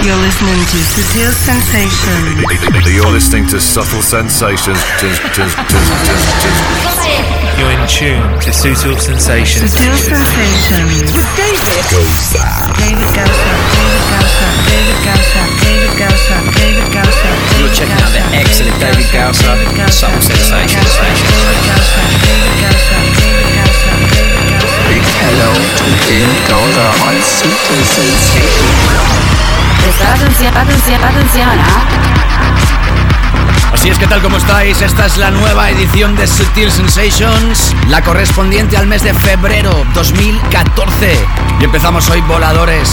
You're listening to Subtle Sensations. You're listening to Subtle Sensations. You're in tune to Subtle Sensations. Subtle Sensations. With David Gausa. You're checking out the excellent David Gausa, Subtle Sensations. Big hello to David Gausa on Subtle Sensations. Atención. Así es, ¿qué tal? ¿Cómo estáis? Esta es la nueva edición de Subtle Sensations, la correspondiente al mes de febrero 2014. Y empezamos hoy voladores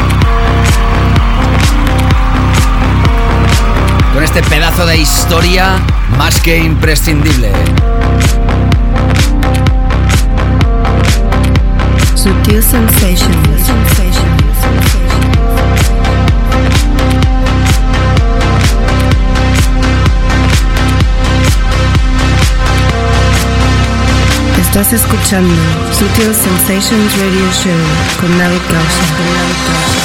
con este pedazo de historia más que imprescindible. Subtle Sensations. Estás escuchando Subtle Sensations Radio Show con David Gausa.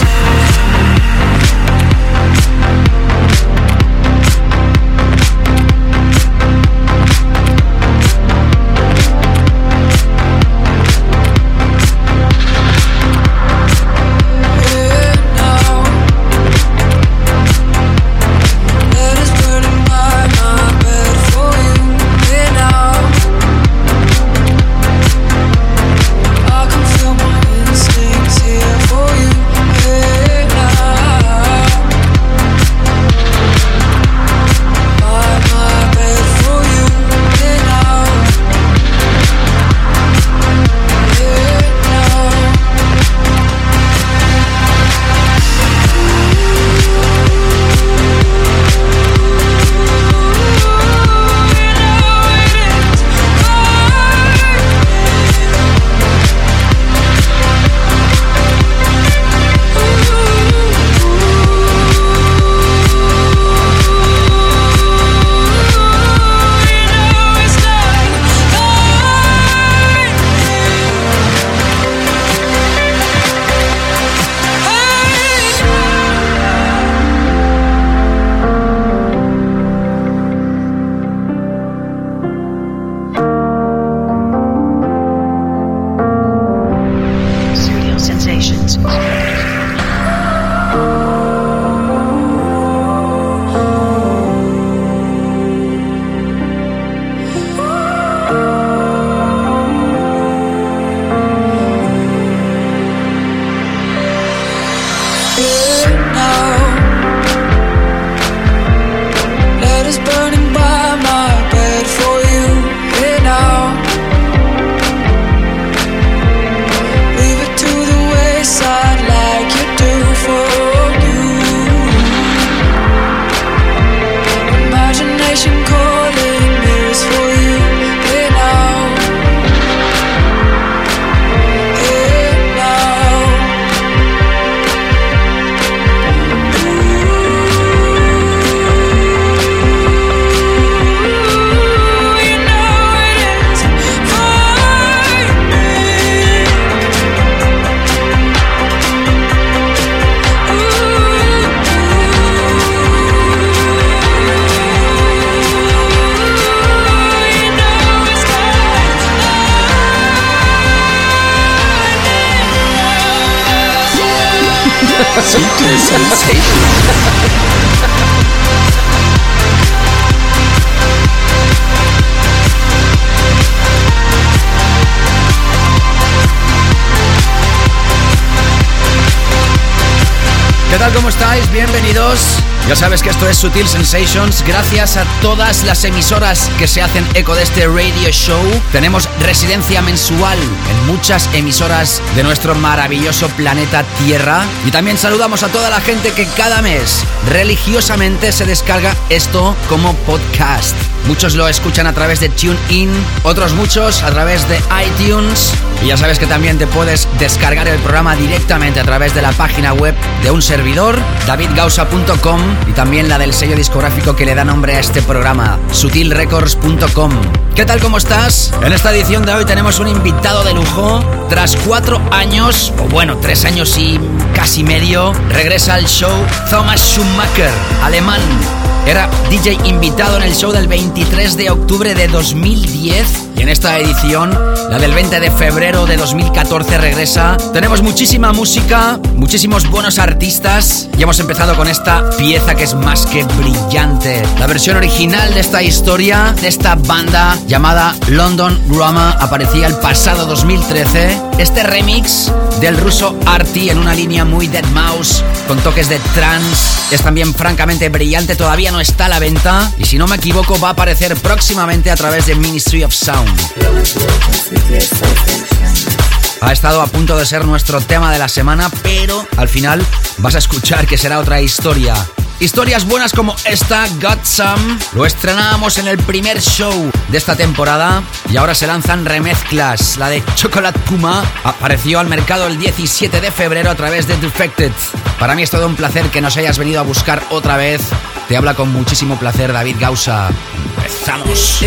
Subtle Sensations. ¿Qué tal? ¿Cómo estáis? Bienvenidos. Ya sabes que esto es Subtle Sensations. Gracias a todas las emisoras que se hacen eco de este radio show. Tenemos residencia mensual en muchas emisoras de nuestro maravilloso planeta Tierra. Y también saludamos a toda la gente que cada mes religiosamente se descarga esto como podcast. Muchos lo escuchan a través de TuneIn, otros muchos a través de iTunes. Y ya sabes que también te puedes descargar el programa directamente a través de la página web de un servidor, davidgausa.com. y también la del sello discográfico que le da nombre a este programa, sutilrecords.com. ¿Qué tal, cómo estás? En esta edición de hoy tenemos un invitado de lujo. Tras 4 años, o bueno, 3 años y casi medio, regresa al show Thomas Schumacher, alemán. Era DJ invitado en el show del 23 de octubre de 2010 y en esta edición, la del 20 de febrero de 2014, regresa. Tenemos muchísima música, muchísimos buenos artistas y hemos empezado con esta pieza que es más que brillante. La versión original de esta historia, de esta banda llamada London Grammar, aparecía el pasado 2013. Este remix del ruso Arty en una línea muy Deadmau5 con toques de trance es también francamente brillante. Todavía no está a la venta y si no me equivoco va a aparecer próximamente a través de Ministry of Sound. Ha estado a punto de ser nuestro tema de la semana, pero al final vas a escuchar que será otra historia. Historias buenas como esta, Got Some, lo estrenábamos en el primer show de esta temporada y ahora se lanzan remezclas. La de Chocolate Kuma apareció al mercado el 17 de febrero a través de Defected. Para mí es todo un placer que nos hayas venido a buscar otra vez. Te habla con muchísimo placer David Gausa. ¡Empezamos!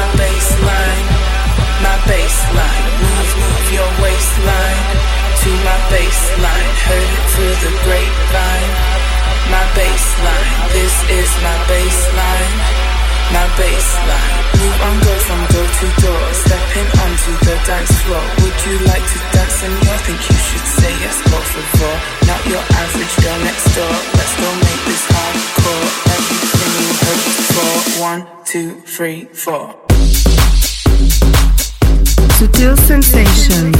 My baseline, this is my baseline, my baseline. Move on, go from door to door, stepping onto the dance floor. Would you like to dance and I think you should say yes, por favor. Not your average girl next door, let's go make this hardcore. Everything you hoped for, 1, 2, 3, 4. Sutil Sensation.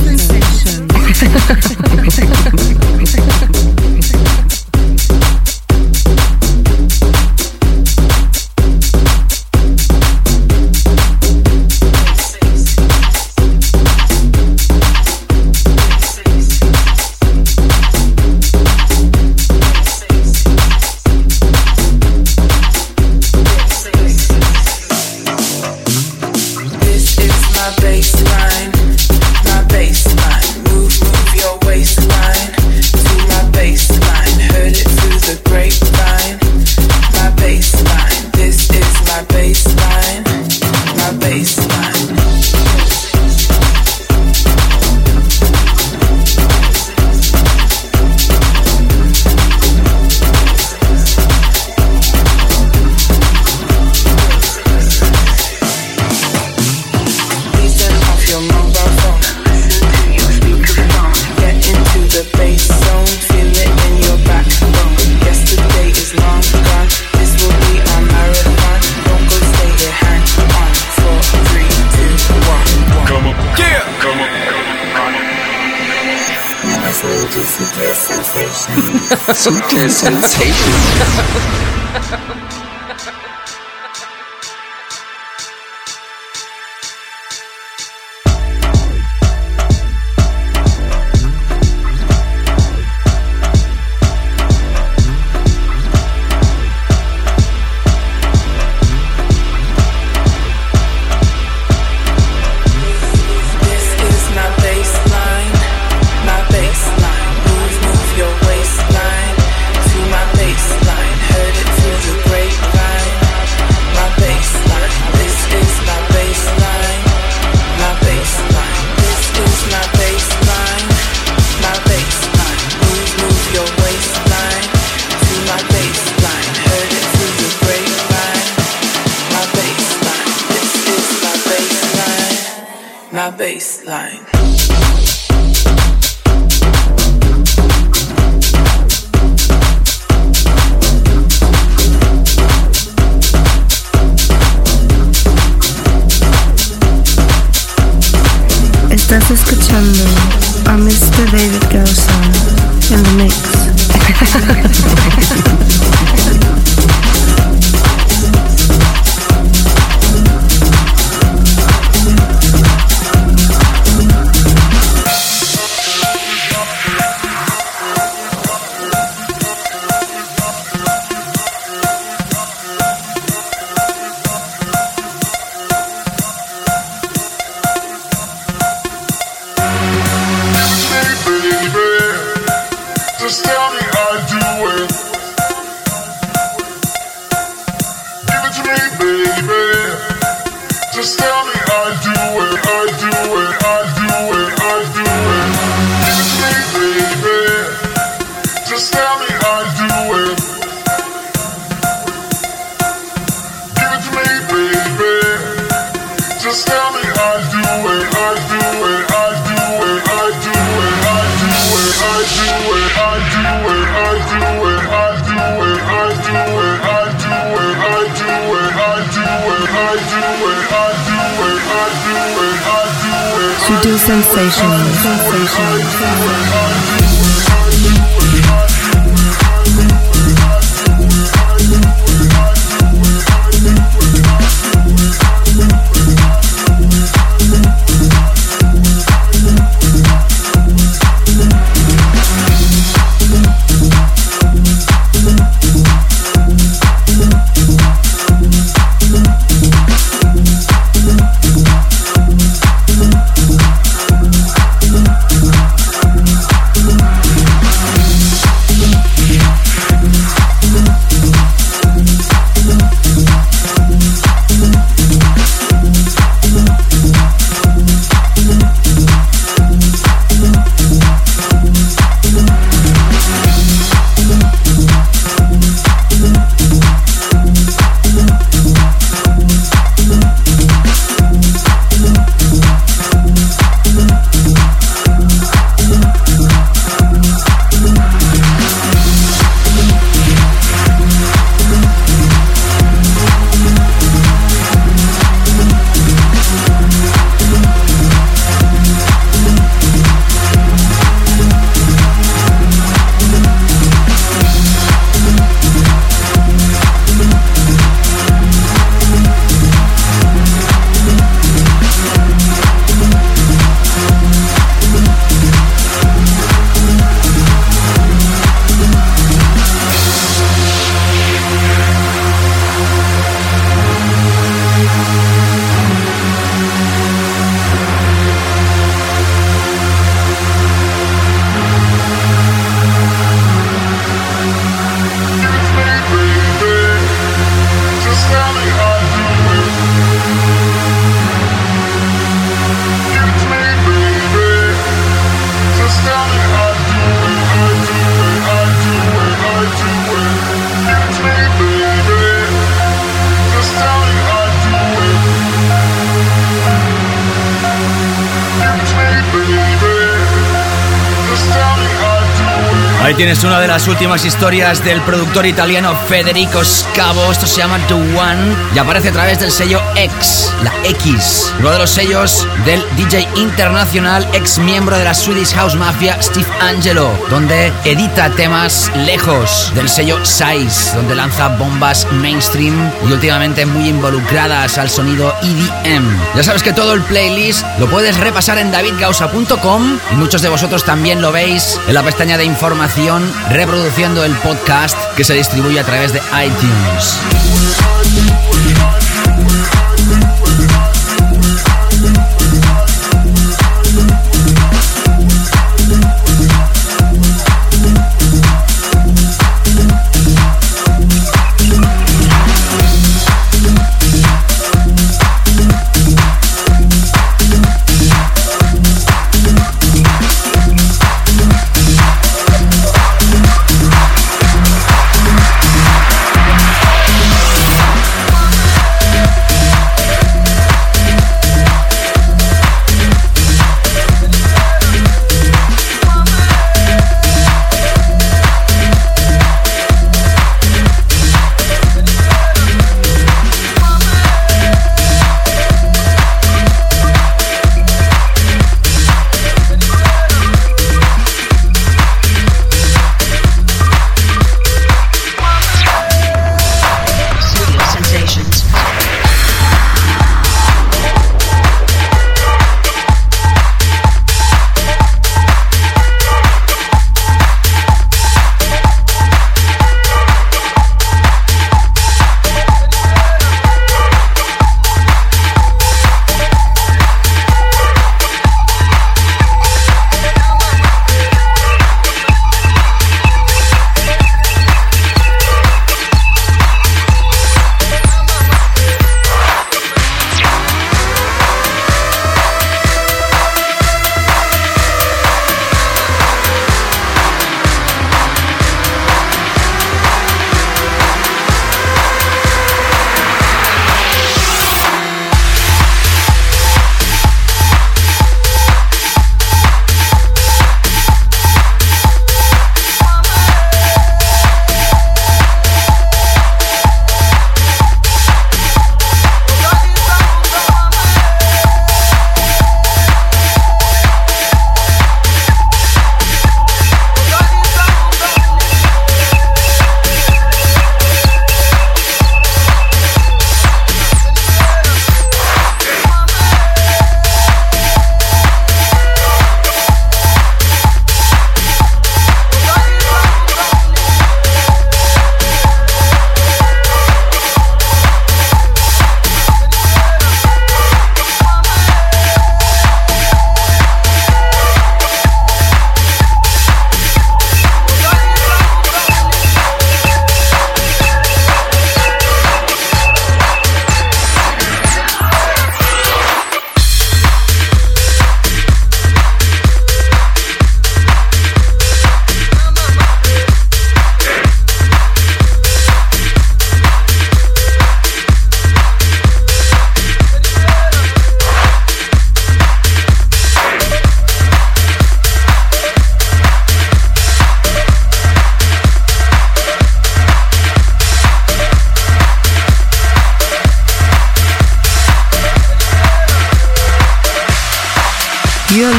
Sutil Sensation. Baseline. Estás escuchando a Mr. David Gausa en the mix. Just tell me I do it. Just tell me how to do it. Give it to me, baby. Just tell me how to do it. How to do it. How to do it. How to do it. How to do it. How to do it. How to do it. How to do it. How to do it. How to do it. How to do it. How to do it. How to do it. How to do it. How to do it. How to do it. How to do it. Sutil Sensations. Ahí tienes una de las últimas historias del productor italiano Federico Scavo. Esto se llama The One y aparece a través del sello X, la X, uno de los sellos del DJ internacional, ex miembro de la Swedish House Mafia, Steve Angelo, donde edita temas lejos del sello Size, donde lanza bombas mainstream y últimamente muy involucradas al sonido EDM. Ya sabes que todo el playlist lo puedes repasar en davidgausa.com y muchos de vosotros también lo veis en la pestaña de información reproduciendo el podcast que se distribuye a través de iTunes.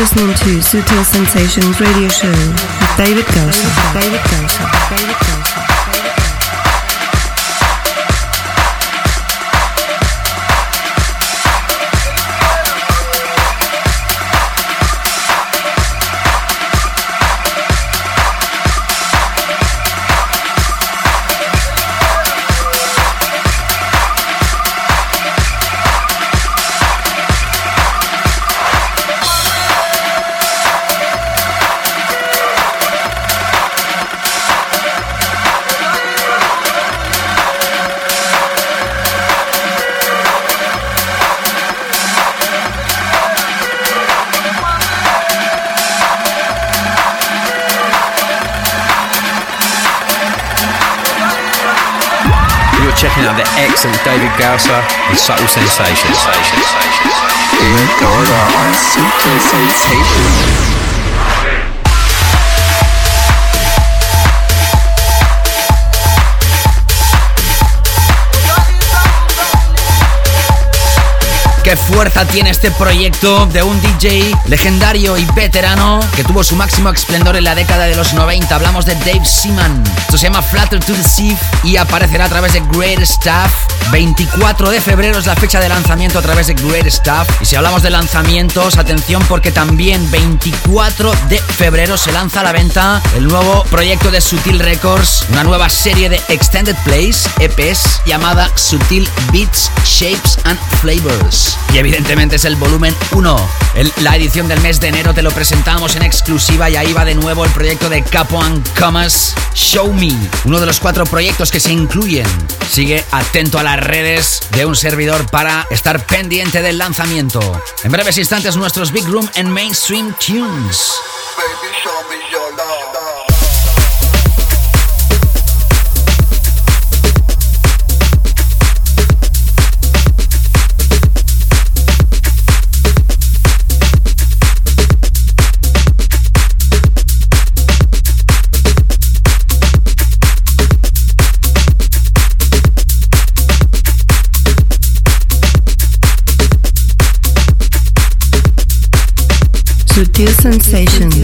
listening to Sutil Sensations Radio Show with David Gausa. Checking out the excellent David Gausa and Subtle Sensations. David Gausa on Subtle Sensations. Qué fuerza tiene este proyecto de un DJ legendario y veterano que tuvo su máximo esplendor en la década de los 90. Hablamos de Dave Seaman. Esto se llama Flutter to Deceive y aparecerá a través de Great Stuff. 24 de febrero es la fecha de lanzamiento a través de Great Stuff. Y si hablamos de lanzamientos, atención porque también 24 de febrero se lanza a la venta el nuevo proyecto de Sutil Records, una nueva serie de Extended Plays, EPs, llamada Sutil Beats, Shapes and Flavors. Y evidentemente es el volumen 1. En la edición del mes de enero te lo presentamos en exclusiva y ahí va de nuevo el proyecto de Capo and Comas, Show Me, uno de los 4 proyectos que se incluyen. Sigue atento a las redes de un servidor para estar pendiente del lanzamiento. En breves instantes nuestros Big Room en Mainstream Tunes. Baby, show me your love. Sutil Sensations.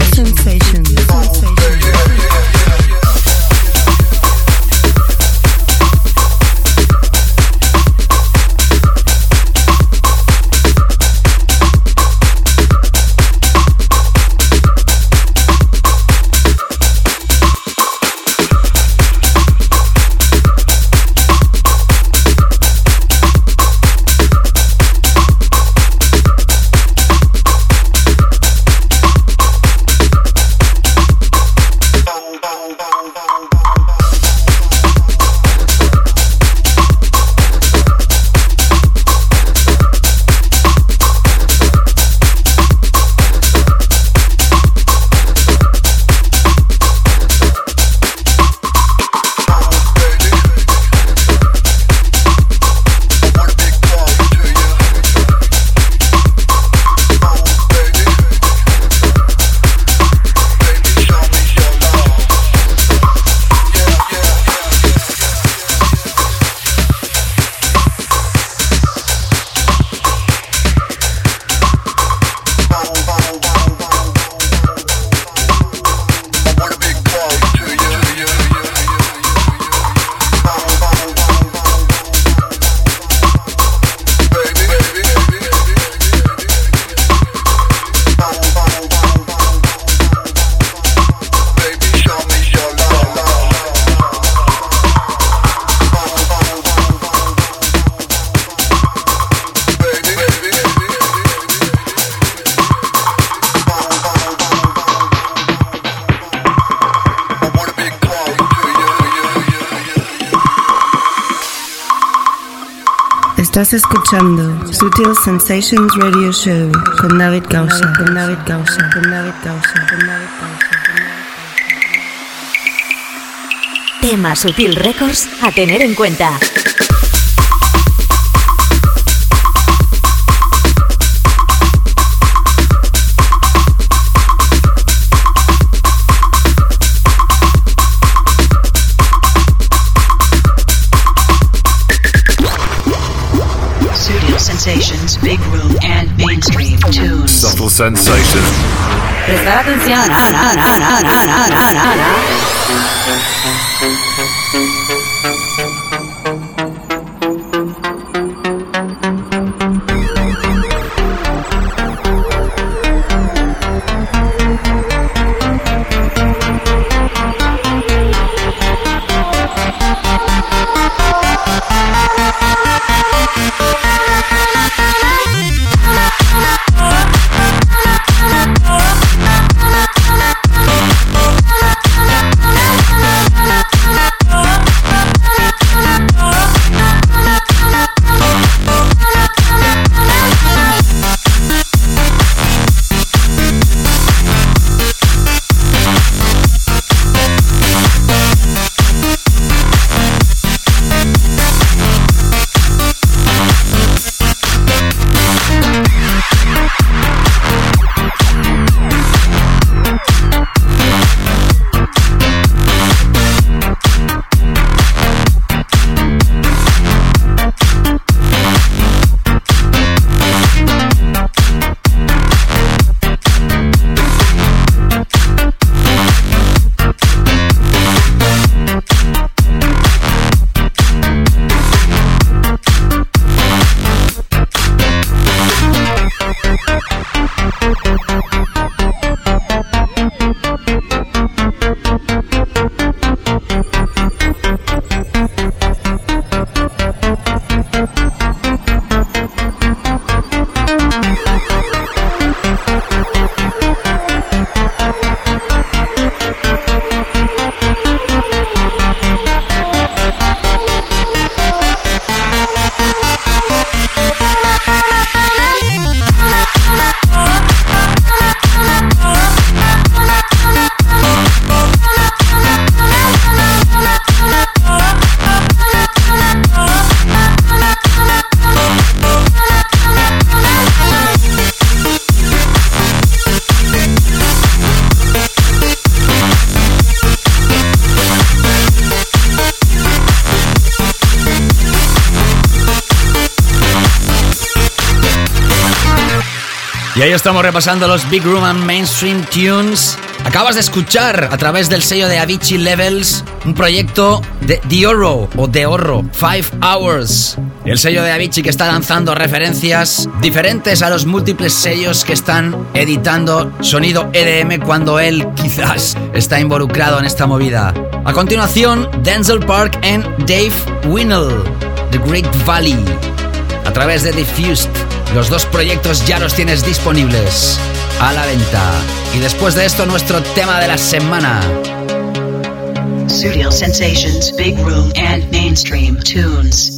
Estás escuchando Sutil Sensations Radio Show con David Gausa. Tema Sutil Records a tener en cuenta. Sensations, Big Room and Mainstream Tunes. Subtle Sensations. Prestar atención. Y ahí estamos repasando los Big Room and Mainstream Tunes. Acabas de escuchar a través del sello de Avicii Levels un proyecto de Diorro o Deorro, 5 Hours. El sello de Avicii que está lanzando referencias diferentes a los múltiples sellos que están editando sonido EDM cuando él quizás está involucrado en esta movida. A continuación, Denzel Park and Dave Winnell, The Great Valley, a través de Diffused. Los dos proyectos ya los tienes disponibles a la venta. Y después de esto, nuestro tema de la semana. Sutil Sensations, Big Room and Mainstream Tunes.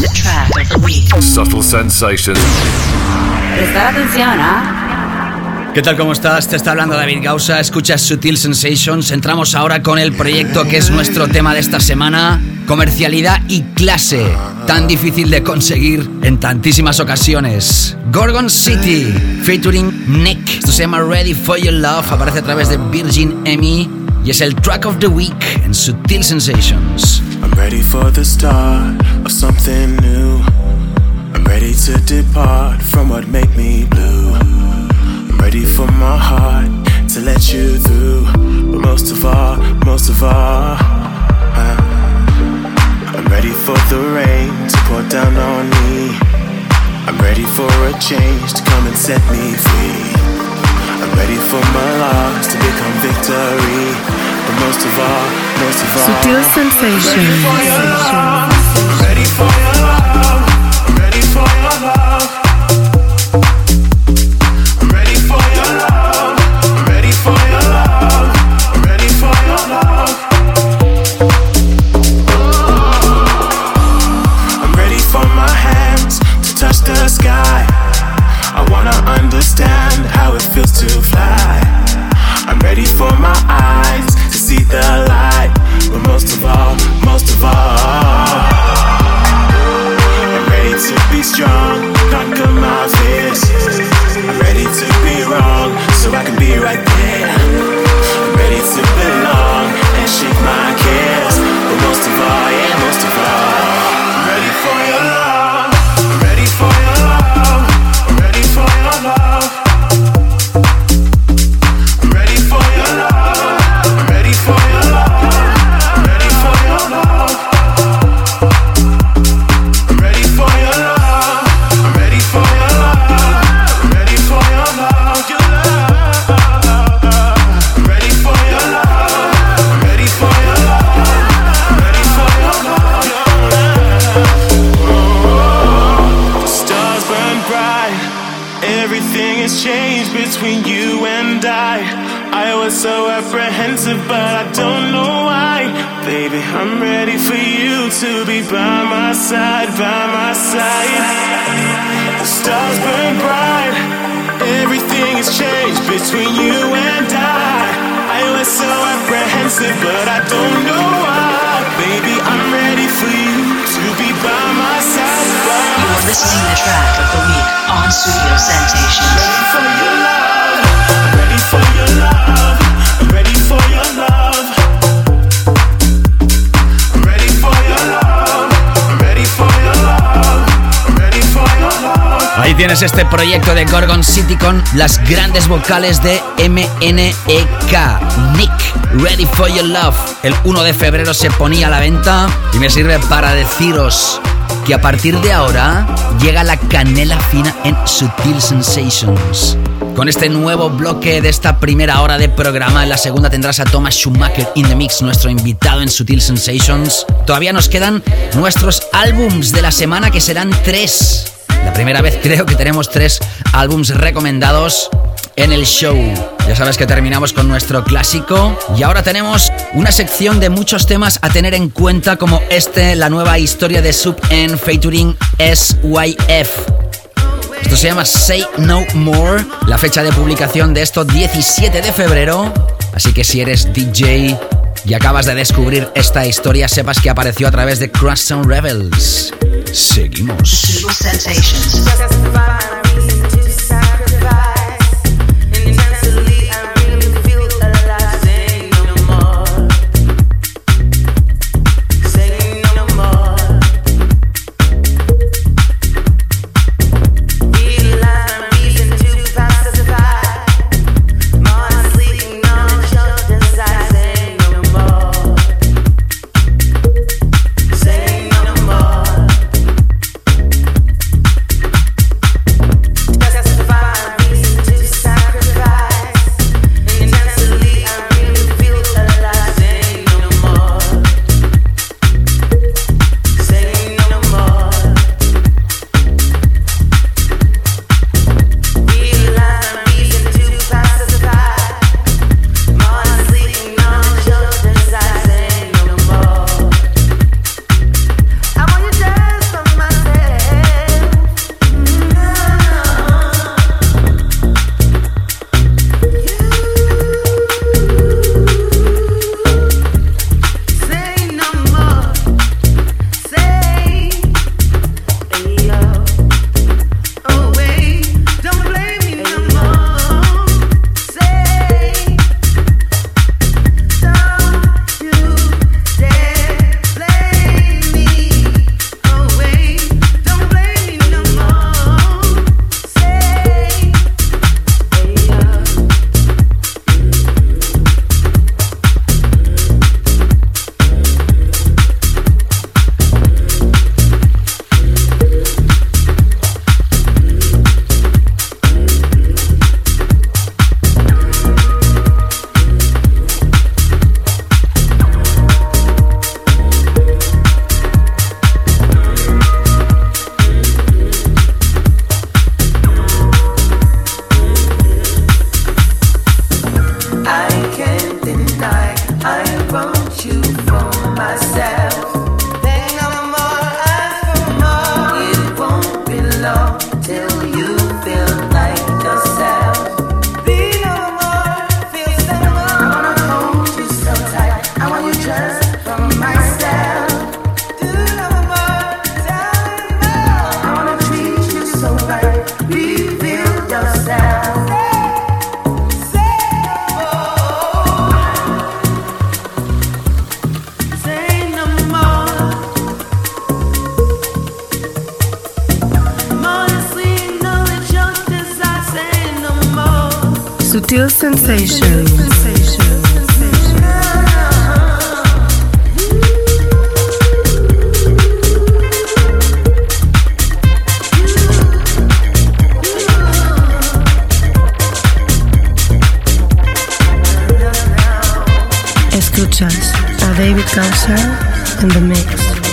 Subtle Sensations. Prestar atención, ¿Qué tal? ¿Cómo estás? Te está hablando David Gausa, escuchas Sutil Sensations. Entramos ahora con el proyecto que es nuestro tema de esta semana: comercialidad y clase, tan difícil de conseguir en tantísimas ocasiones. Gorgon City, featuring Nick. Esto se llama Ready for Your Love, aparece a través de Virgin Emmy y es el track of the week en Sutil Sensations. I'm ready for the start of something new. I'm ready to depart from what made me blue. I'm ready for my heart to let you through. But most of all, I'm ready for the rain to pour down on me. I'm ready for a change to come and set me free. I'm ready for my loss to become victory. But most of all, Sutil Sensations. Ready for your love. I'm ready for your love. I'm ready for your love. I'm ready for your love. I'm ready for your love. I'm ready for my hands to touch the sky. I wanna understand how it feels to fly. I'm ready for my eyes to see the light. But most of all, I'm ready to be strong, conquer my fears. I'm ready to be wrong, so I can be right there. I'm ready to belong and shake my cares. But most of all, I'm ready for your love. I'm ready for your love. I'm ready for your love. I'm ready for your love. I'm ready for your love. I'm ready for your love. I'm ready for your love. I'm ready for your love. I'm ready for your love. I'm ready for your love. I'm ready for your love. I'm ready for your love. The stars burn bright. Everything has changed between you and I was so apprehensive, but I don't know why. Baby, I'm ready for you to be by my side, by my side. The stars burn bright. Everything has changed between you and I was so apprehensive, but I don't know why. Baby, I'm ready for you to be by my side. You're listening to the track of the week on Studio Sensations. Ready for your love. I'm ready for your love. I'm ready for your love. I'm ready for your love. I'm ready for your love. I'm ready for your love. Ahí tienes este proyecto de Gorgon City con las grandes vocales de MNEK. Nick, Ready for Your Love. El 1 de febrero se ponía a la venta y me sirve para deciros que a partir de ahora llega la canela fina en Sutil Sensations. Con este nuevo bloque de esta primera hora de programa, en la segunda tendrás a Thomas Schumacher in the Mix, nuestro invitado en Sutil Sensations. Todavía nos quedan nuestros álbums de la semana, que serán 3. La primera vez creo que tenemos 3 álbums recomendados en el show. Ya sabes que terminamos con nuestro clásico y ahora tenemos una sección de muchos temas a tener en cuenta, como la nueva historia de Sub N featuring SYF. Esto se llama Say No More. La fecha de publicación de esto, 17 de febrero. Así que si eres DJ y acabas de descubrir esta historia, sepas que apareció a través de Crosstown Rebels. Seguimos. Sutil Sensations. Escuchas a David Gausser in the mix.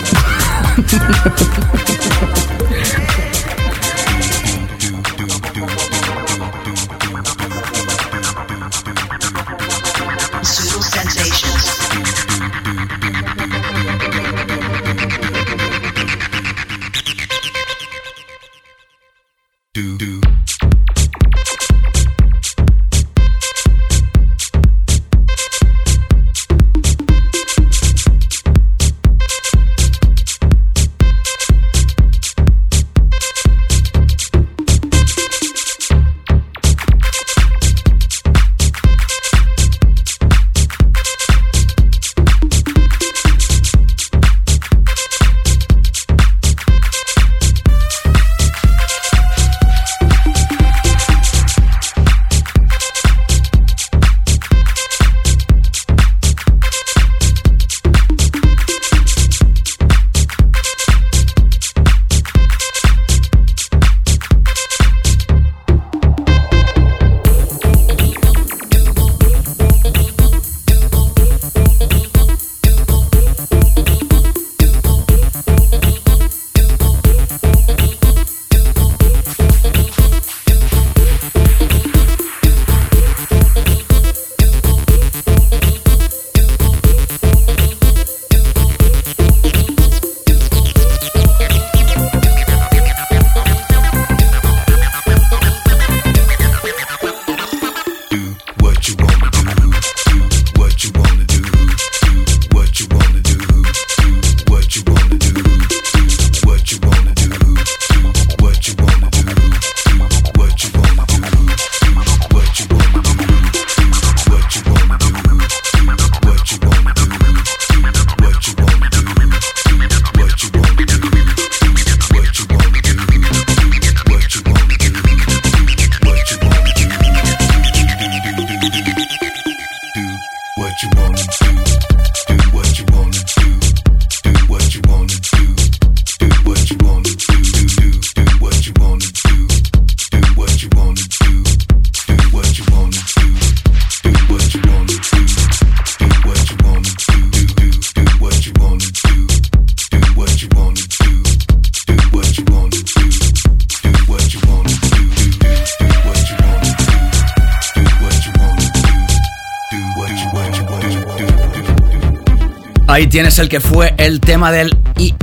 Ahí tienes el que fue el tema del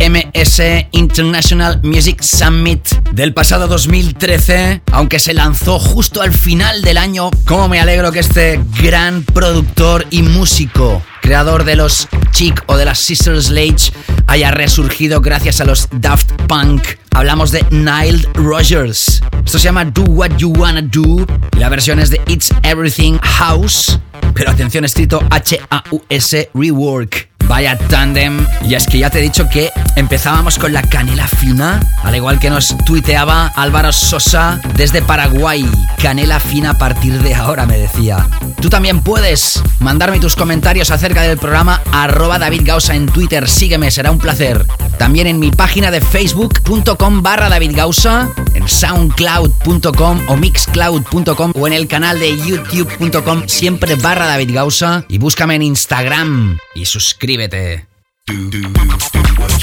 IMS International Music Summit del pasado 2013, aunque se lanzó justo al final del año. Cómo me alegro que este gran productor y músico, creador de los Chic o de las Sister Sledge, haya resurgido gracias a los Daft Punk. Hablamos de Nile Rodgers. Esto se llama Do What You Wanna Do y la versión es de It's Everything House, pero atención, escrito H-A-U-S Rework. Vaya tándem. Y es que ya te he dicho que empezábamos con la canela fina, al igual que nos tuiteaba Álvaro Sosa desde Paraguay. Canela fina a partir de ahora, me decía. Tú también puedes mandarme tus comentarios acerca del programa @David Gausa en Twitter. Sígueme, será un placer. También en mi página de facebook.com/David Gausa, en soundcloud.com o mixcloud.com o en el canal de youtube.com siempre /David Gausa, y búscame en Instagram y suscríbete. Do what you want.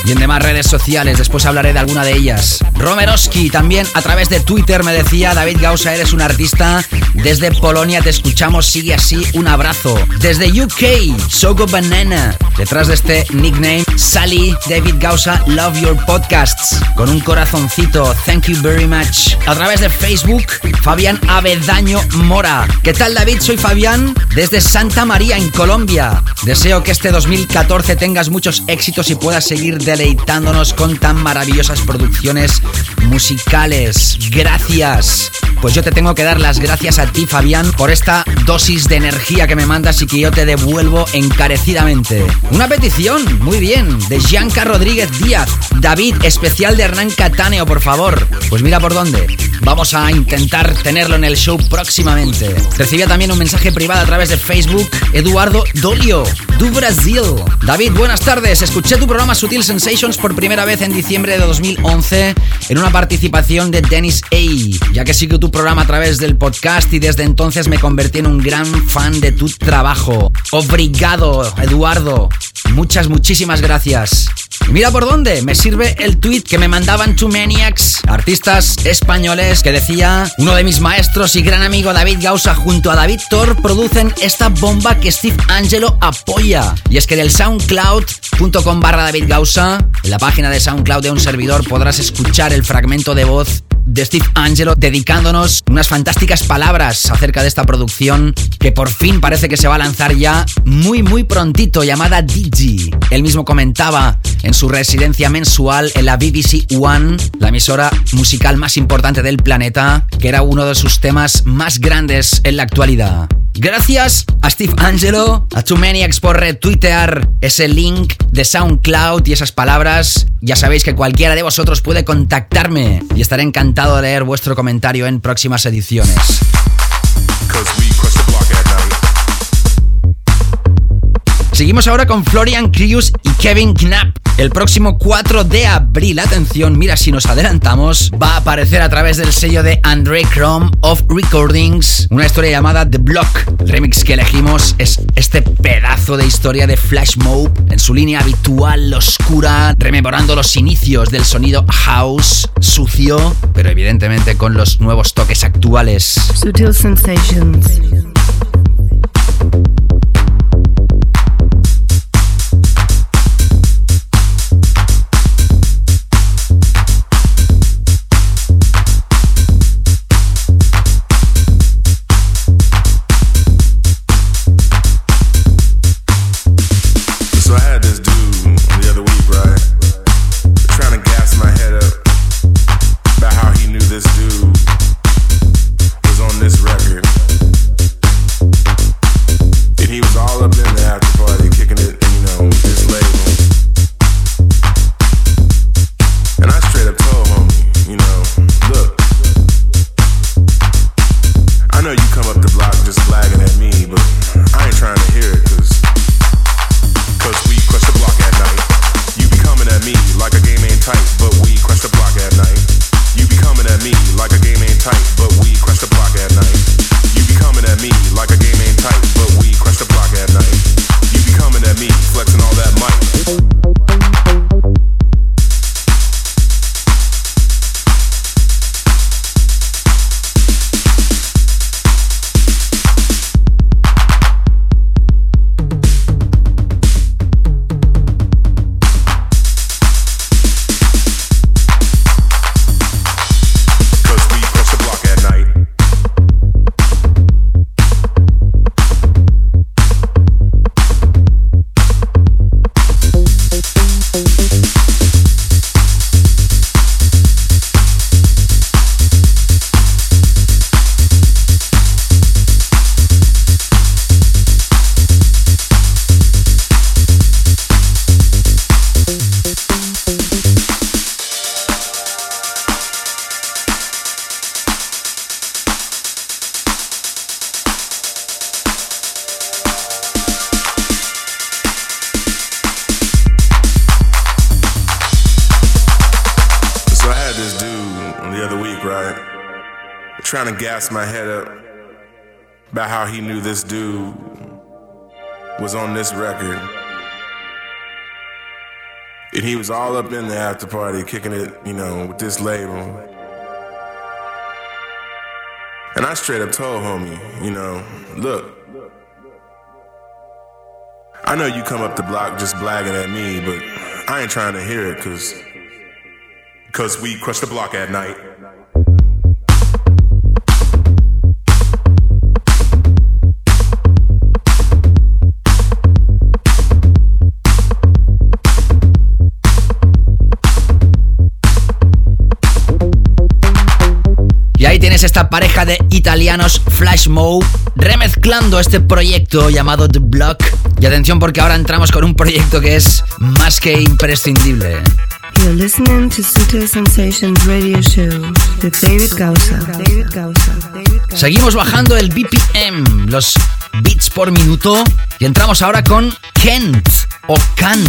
y en demás redes sociales. Después hablaré de alguna de ellas. Romerowski también a través de Twitter me decía: David Gausa, eres un artista. Desde Polonia te escuchamos, sigue así, un abrazo. Desde UK, Sogo Banana. Detrás de este nickname, Sally, David Gausa, love your podcasts. Con un corazoncito, thank you very much. A través de Facebook, Fabián Avedaño Mora. ¿Qué tal, David? Soy Fabián desde Santa María, en Colombia. Deseo que este 2014 tengas muchos éxitos y puedas seguir deleitándonos con tan maravillosas producciones musicales. Gracias. Pues yo te tengo que dar las gracias a ti, Fabián, por esta dosis de energía que me mandas y que yo te devuelvo encarecidamente. Una petición, muy bien, de Gianca Rodríguez Díaz. David, especial de Hernán Cattaneo, por favor. Pues mira por dónde. Vamos a intentar tenerlo en el show próximamente. Recibía también un mensaje privado a través de Facebook. Eduardo Dolio, do Brasil. David, buenas tardes. Escuché tu programa Sutil Sensations por primera vez en diciembre de 2011 en una participación de Dennis A. Ya que sigo tu programa a través del podcast y desde entonces me convertí en un gran fan de tu trabajo. Obrigado, Eduardo. Muchísimas gracias. Y mira por dónde me sirve el tweet que me mandaban Two Maniacs, artistas españoles, que decía: uno de mis maestros y gran amigo David Gausa junto a David Thor producen esta bomba que Steve Angelo apoya. Y es que en el soundcloud.com/David Gausa, en la página de SoundCloud de un servidor, podrás escuchar el fragmento de voz de Steve Angelo dedicándonos unas fantásticas palabras acerca de esta producción que por fin parece que se va a lanzar ya muy prontito, llamada Digi. Él mismo comentaba en su residencia mensual en la BBC One, la emisora musical más importante del planeta, que era uno de sus temas más grandes en la actualidad. Gracias a Steve Angelo, a Two Maniacs por retuitear ese link de SoundCloud y esas palabras. Ya sabéis que cualquiera de vosotros puede contactarme y estaré encantado de leer vuestro comentario en próximas ediciones. Seguimos ahora con Florian Cruz y Kevin Knapp. El próximo 4 de abril, atención, mira si nos adelantamos, va a aparecer a través del sello de Andre Chrome of Recordings una historia llamada The Block. El remix que elegimos es este pedazo de historia de Flash Mob en su línea habitual, oscura, rememorando los inicios del sonido house, sucio, pero evidentemente con los nuevos toques actuales. Sutil Sensations. Trying to gas my head up about how he knew this dude was on this record. And he was all up in the after party, kicking it, with this label. And I straight up told homie, look, I know you come up the block just blagging at me, but I ain't trying to hear it, cause we crush the block at night. Y ahí tienes esta pareja de italianos Flash Mo remezclando este proyecto llamado The Block. Y atención porque ahora entramos con un proyecto que es más que imprescindible. You're listening to Sutil Sensations Radio Show with David Gausa. Seguimos bajando el BPM, los beats por minuto, y entramos ahora con Kent o Kant,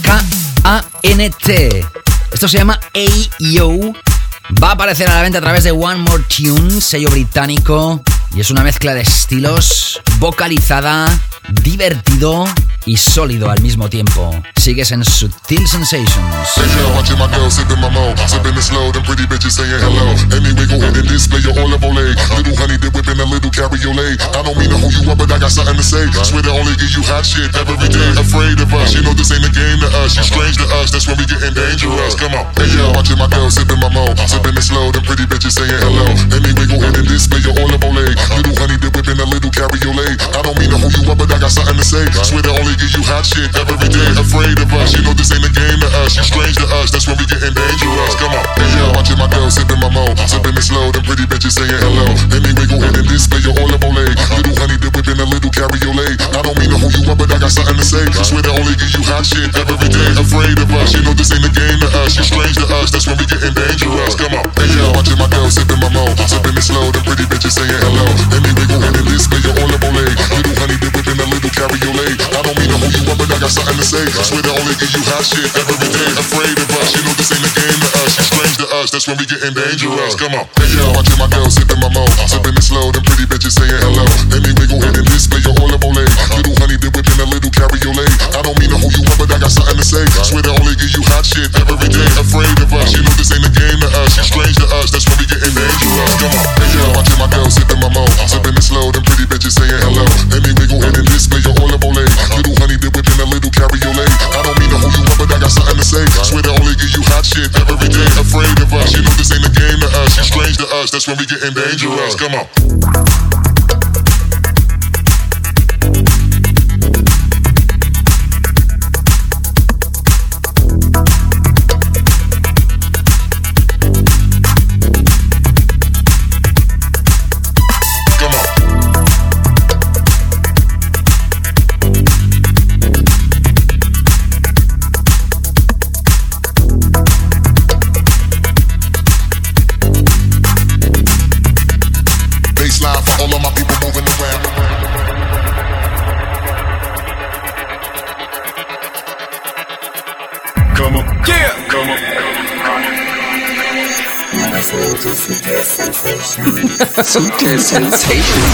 K-A-N-T. Esto se llama A-Yo. Va a aparecer a la venta a través de One More Tune, sello británico, y es una mezcla de estilos, vocalizada, divertido y sólido al mismo tiempo. Sigues en Sutil Sensations. Hey yo, watching my girl sipping my mo, sipping it slow, them pretty bitches saying hello. Anyway, go ahead and display your olive oil. Little honey dip whipping a little cabriolet. I don't mean to hold you up, but I got something to say. Swear to only give you hot shit every day. Afraid of us, you know this ain't a game to us. You strange to us, that's when we getting dangerous. Come on. Hey yo, watching my girl sipping my mo, sipping it slow, them pretty bitches saying hello. Anyway, go ahead and display your olive oil. Little honey dip whipping a little cabriolet. I don't mean to hold you up, but I got something to say. Swear to only give you hot shit every day. Afraid of us, you know this ain't a game to us. You strange to us, that's when we getting dangerous. Come on. Hey yo, watching my girl sipping my mo, sipping it slow, them pretty bitches saying hello. Anyway, go ahead and display your olive oil. Little honey dip whipping a little cabriolet. I don't mean to hold you up, but I got something to say. Swear to only give you hot shit every day. Afraid of us, you know this ain't a game to us. You strange to us, that's when we getting dangerous. Come on. Hey yo, watching my girl sipping my mo, sipping it slow, them pretty bitches saying hello. Anyway, go ahead and display your olive oil. Little honey dip whipping a little cabriolet. I don't mean to hold you up, but I got something to say. Swear to only give you hot shit every day. Afraid of us, you know this ain't a game to us. You strange to us, that's when we getting dangerous. Come on. Hey yo, watching my girl sipping my mo, sipping it slow, them pretty bitches saying hello. Anyway, go ahead and display your olive oil. Little honey dip whipping a little cabriolet. I don't mean to hold you up, but I got something to say. Swear to only give you hot shit every day. Afraid of us, you know this ain't a game to us. You strange to us, that's when we getting dangerous. Come on. Hey yo, watching my girl sipping my mo, sipping it slow, them pretty bitches saying hello. Anyway, go ahead and display your olive oil. Little honey dip whipping a little cabriolet. I don't mean to hold you up, but I got something to say. Swear to only give you hot shit every day. Afraid of us, you know this ain't a game to us. You strange to us, that's when we getting dangerous. Come on. Sutil Sensations.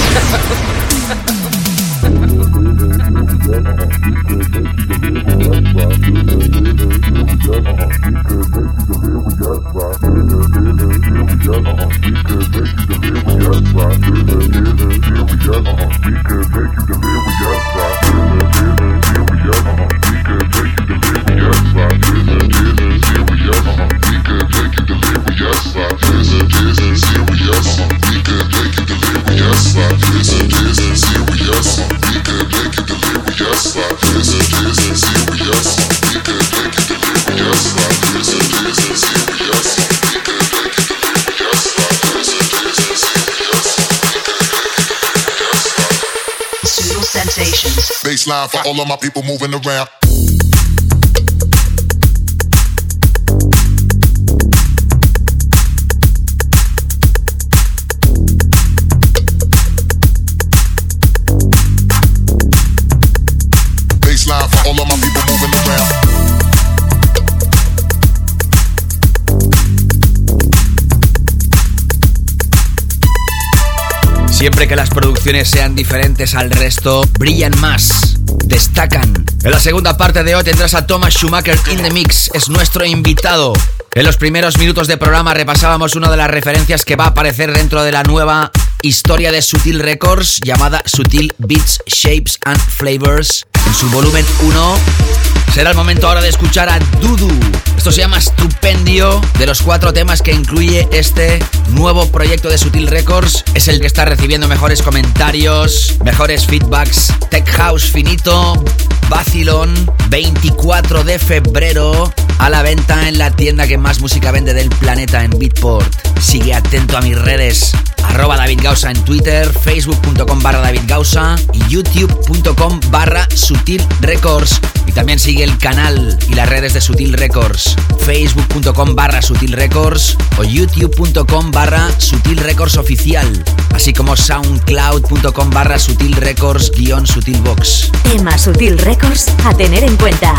Baseline for all of my people moving around. Baseline for all of my people moving around. Siempre que las producciones sean diferentes al resto, brillan más, destacan. En la segunda parte de hoy tendrás a Thomas Schumacher in the Mix, es nuestro invitado. En los primeros minutos de programa repasábamos una de las referencias que va a aparecer dentro de la nueva historia de Sutil Records, llamada Sutil Beats, Shapes and Flavors, en su volumen 1. Será el momento ahora de escuchar a Dudu. Esto se llama Stupendio. De los 4 temas que incluye este nuevo proyecto de Sutil Records, es el que está recibiendo mejores comentarios, mejores feedbacks. Tech House finito, vacilón. 24 de febrero a la venta en la tienda que más música vende del planeta, en Beatport. Sigue atento a mis redes, @David Gausa en Twitter, facebook.com/David Gausa y youtube.com/Sutil Records. Y también sigue el canal y las redes de Sutil Records, facebook.com/Sutil Records o youtube.com/Sutil Records Oficial, así como soundcloud.com/Sutil Records-Sutilbox. Tema Sutil Records a tener en cuenta.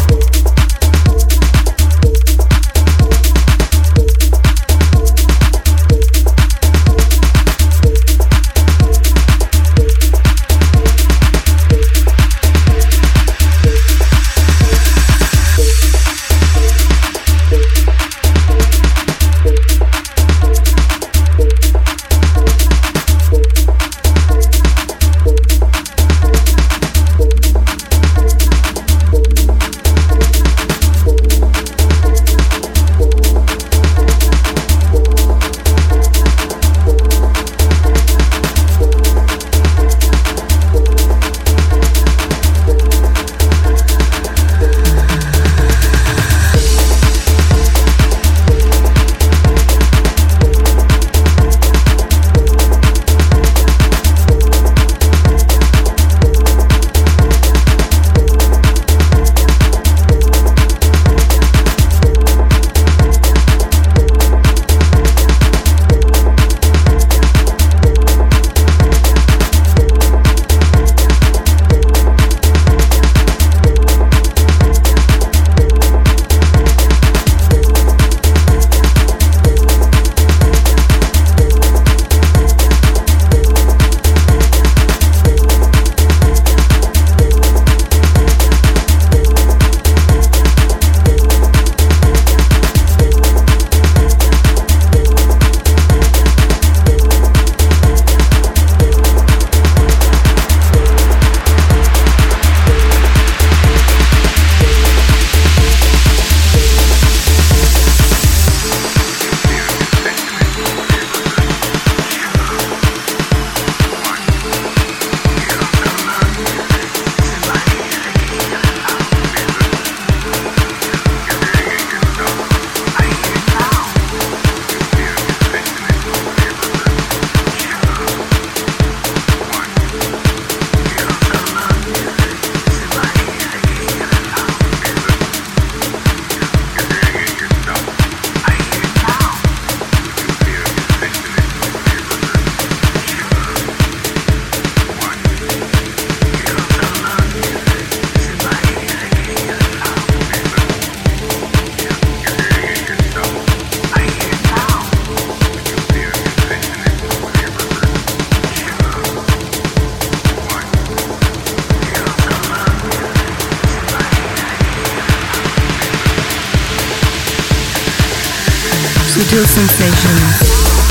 Sutil Sensations.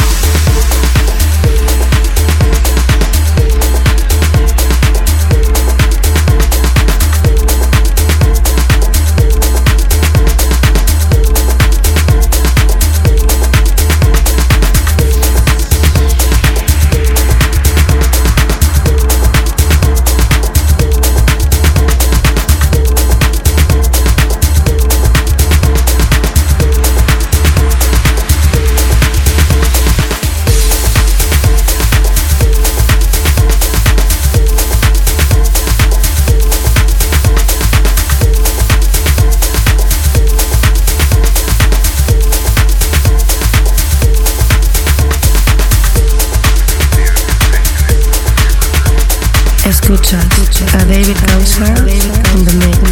Escucha a David Gausa in the mix.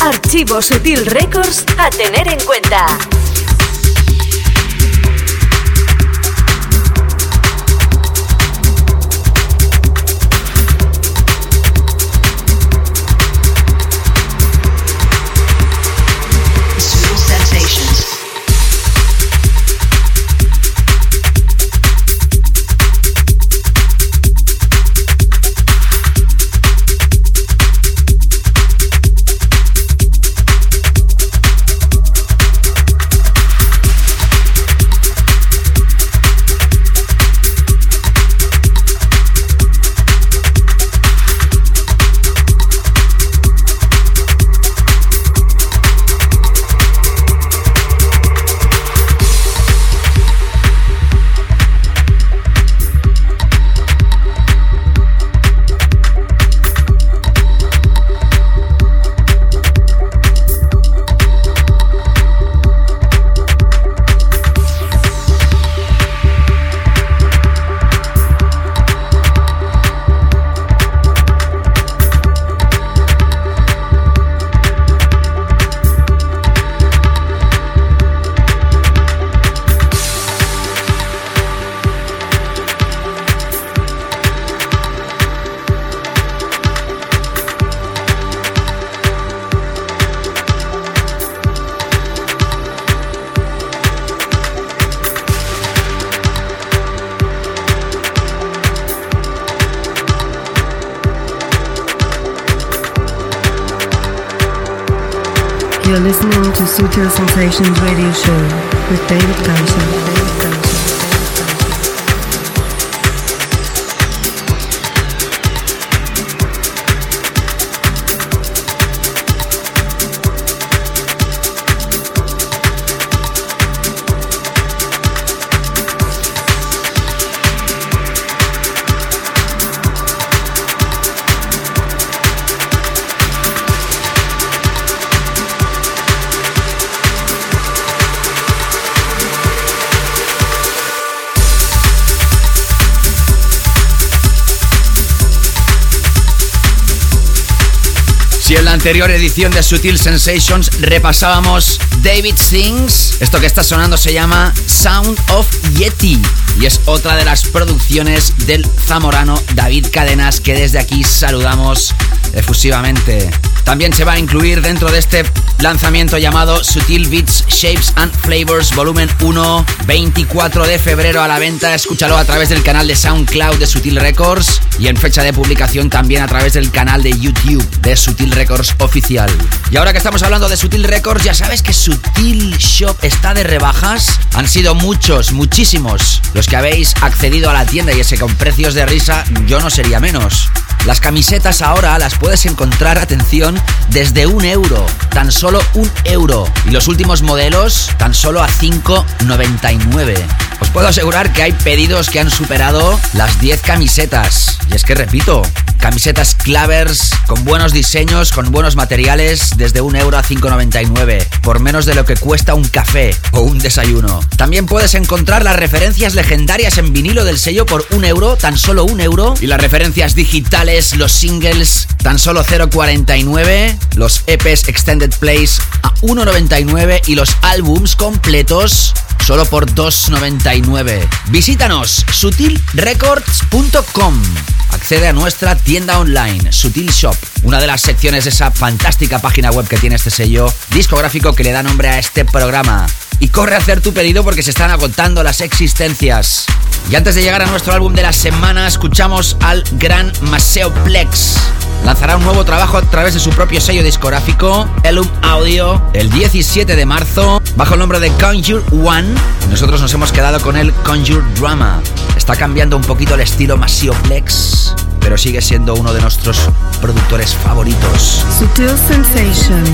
Archivo Sutil Records a tener en cuenta. You're listening to Sutil Sensations Radio Show with David Gausser. Y en la anterior edición de Sutil Sensations repasábamos David Sings. Esto que está sonando se llama Sound of Yeti y es otra de las producciones del zamorano David Cadenas, que desde aquí saludamos efusivamente. También se va a incluir dentro de este lanzamiento llamado Sutil Beats, Shapes and Flavors Volumen 1, 24 de febrero a la venta. Escúchalo a través del canal de SoundCloud de Sutil Records y en fecha de publicación también a través del canal de YouTube de Sutil Records Oficial. Y ahora que estamos hablando de Sutil Records, ya sabes que Sutil Shop está de rebajas. Han sido muchísimos los que habéis accedido a la tienda y ese con precios de risa yo no sería menos. Las camisetas ahora las puedes encontrar, atención, desde €1, tan solo €1. Y los últimos modelos tan solo a $5,99. Os puedo asegurar que hay pedidos que han superado las 10 camisetas. Y es que repito, camisetas clavers con buenos diseños, con buenos materiales, desde €1 a $5,99, por menos de lo que cuesta un café o un desayuno. También puedes encontrar las referencias legendarias en vinilo del sello por €1, tan solo €1, y las referencias digitales, los singles, tan solo $0,49, los EPs Extended Plays a $1,99 y los álbums completos solo por $2,99. Visítanos, sutilrecords.com. Accede a nuestra tienda online, Sutil Shop, una de las secciones de esa fantástica página web que tiene este sello discográfico que le da nombre a este programa. Y corre a hacer tu pedido porque se están agotando las existencias. Y antes de llegar a nuestro álbum de la semana, escuchamos al gran Maceo Plex. Lanzará un nuevo trabajo a través de su propio sello discográfico, Elum Audio, el 17 de marzo, bajo el nombre de Conjure One. Y nosotros nos hemos quedado con el Conjure Drama. Está cambiando un poquito el estilo Maceo Plex, pero sigue siendo uno de nuestros productores favoritos. Sutil Sensation.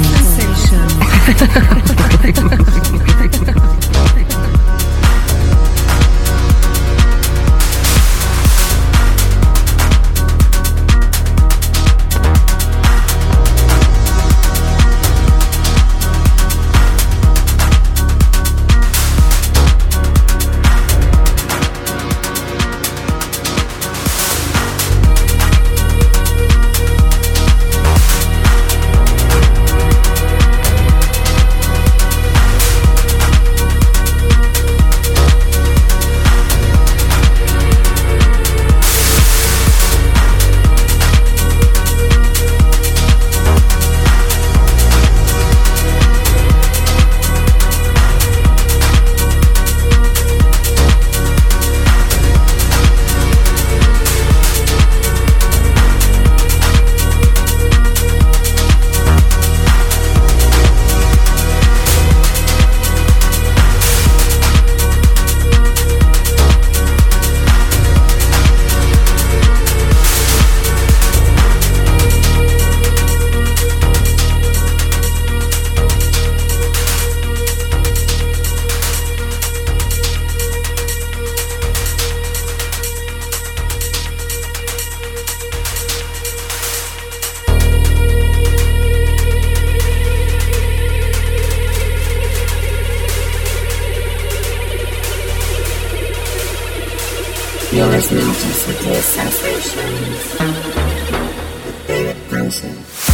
You're listening to Sutil Sensations with David Gausa.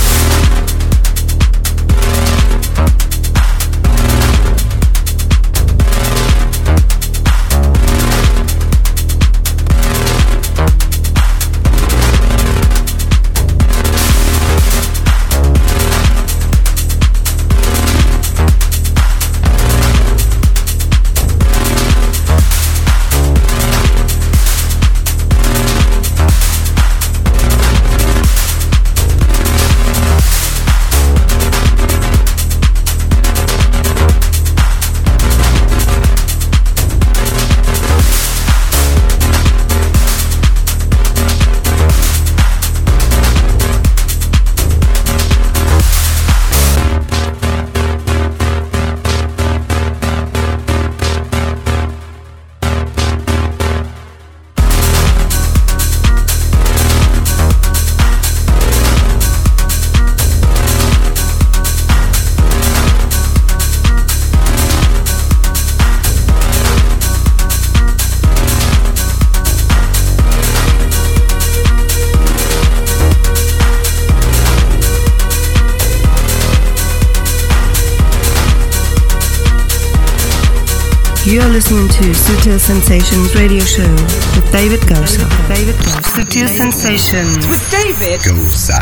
You're listening to Sutil Sensations Radio Show with David Gausa. Sutil Sensations with David Gausa.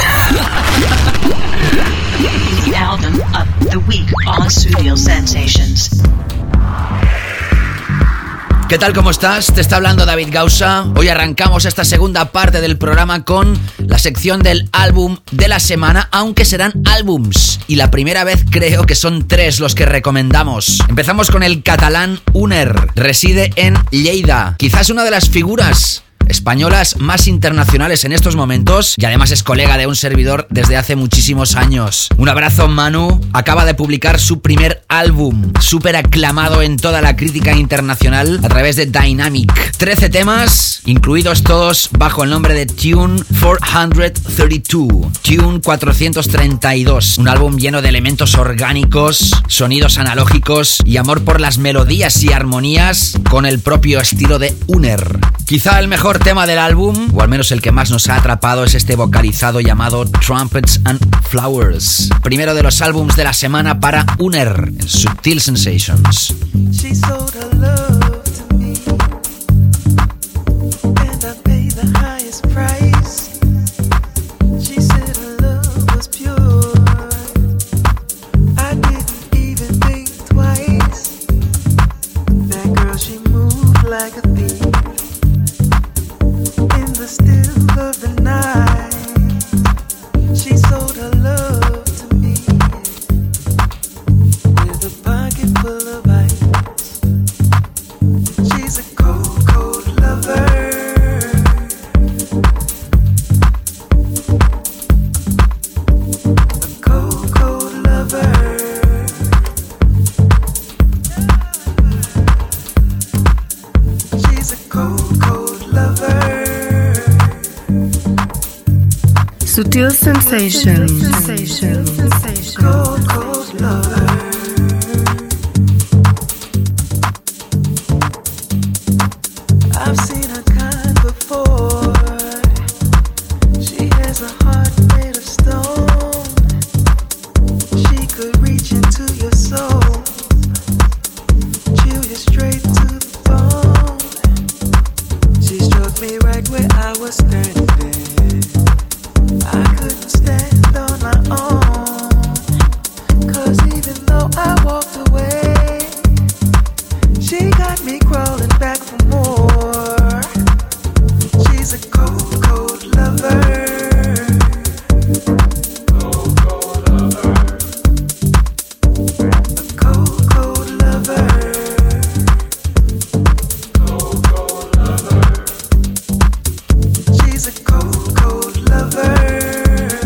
The album of the week on Sutil Sensations. ¿Qué tal? ¿Cómo estás? Te está hablando David Gausa. Hoy arrancamos esta segunda parte del programa con la sección del álbum de la semana, aunque serán álbums. Y la primera vez creo que son 3 los que recomendamos. Empezamos con el catalán Uner. Reside en Lleida. Quizás una de las figuras españolas más internacionales en estos momentos y además es colega de un servidor desde hace muchísimos años. Un abrazo, Manu. Acaba de publicar su primer álbum, súper aclamado en toda la crítica internacional a través de Dynamic. 13 temas, incluidos todos bajo el nombre de Tune 432. Tune 432. Un álbum lleno de elementos orgánicos, sonidos analógicos y amor por las melodías y armonías con el propio estilo de Uner. Quizá el mejor tema del álbum, o al menos el que más nos ha atrapado, es este vocalizado llamado Trumpets and Flowers. Primero de los álbums de la semana para Uner en Sutil Sensations. She sold her love to me, and I paid the highest price. She said her love was pure, I didn't even think twice. That girl, she moved like a thief. In the still of the night, she sold her love to me with a pocket full of ice. She's a cold, cold lover. A cold, cold lover. She's a cold, cold lover. Sutil Sensations. Cold, cold lover. I've seen her kind before. She has a heart made of stone. She could reach into your soul, chill you straight to the bone. She struck me right where I was standing. I couldn't stand on my own, 'cause even though I walked away, she got me crawling back for more. She's a cold, cold lover. Cold, cold lover. A cold, cold lover. Cold, cold lover. She's a cold, cold lover.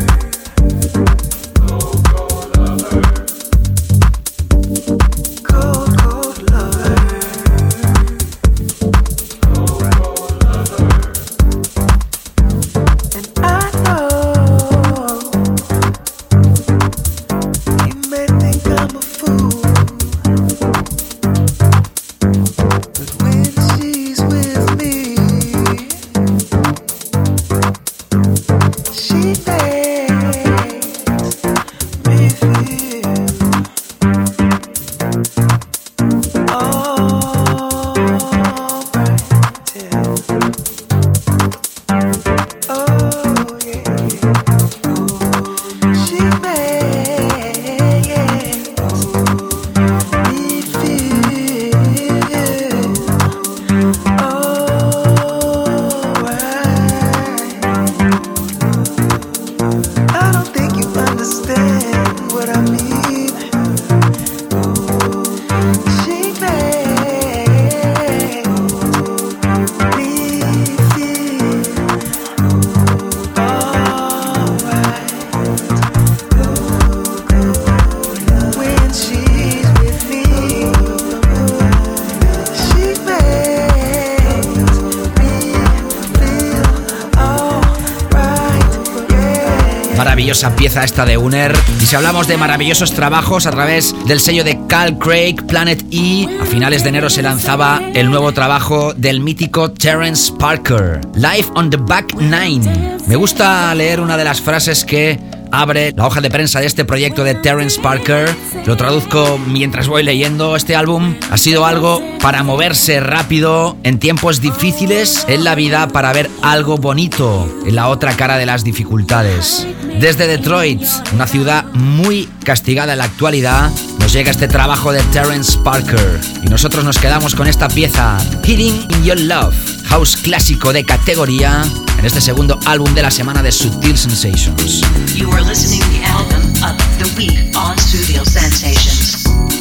Maravillosa pieza esta de Uner. Y si hablamos de maravillosos trabajos a través del sello de Carl Craig, Planet E, a finales de enero se lanzaba el nuevo trabajo del mítico Terence Parker, Live on the Back Nine. Me gusta leer una de las frases que abre la hoja de prensa de este proyecto de Terence Parker. Lo traduzco mientras voy leyendo. Este álbum ha sido algo para moverse rápido en tiempos difíciles en la vida, para ver algo bonito en la otra cara de las dificultades. Desde Detroit, una ciudad muy castigada en la actualidad, nos llega este trabajo de Terence Parker y nosotros nos quedamos con esta pieza, Hidden in Your Love, house clásico de categoría en este segundo álbum de la semana de Sutil Sensations. You are listening to the album of the week on Sutil Sensations.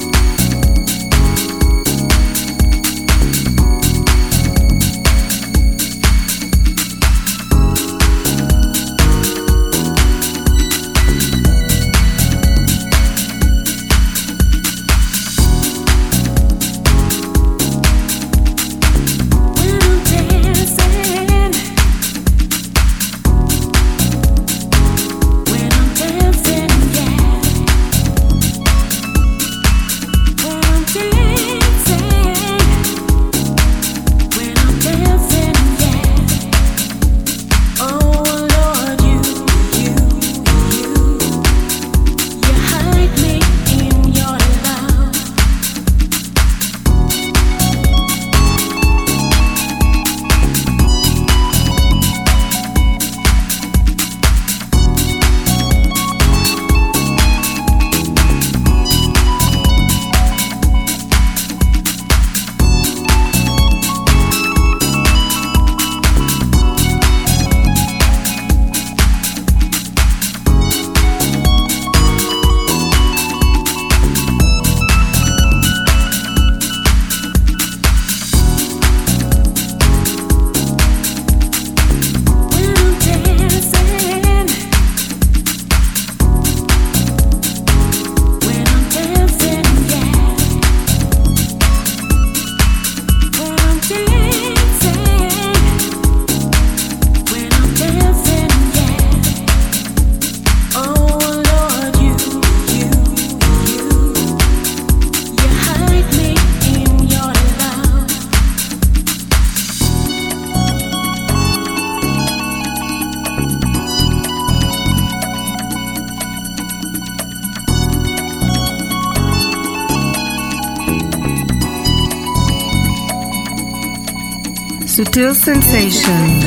Sutil Sensation.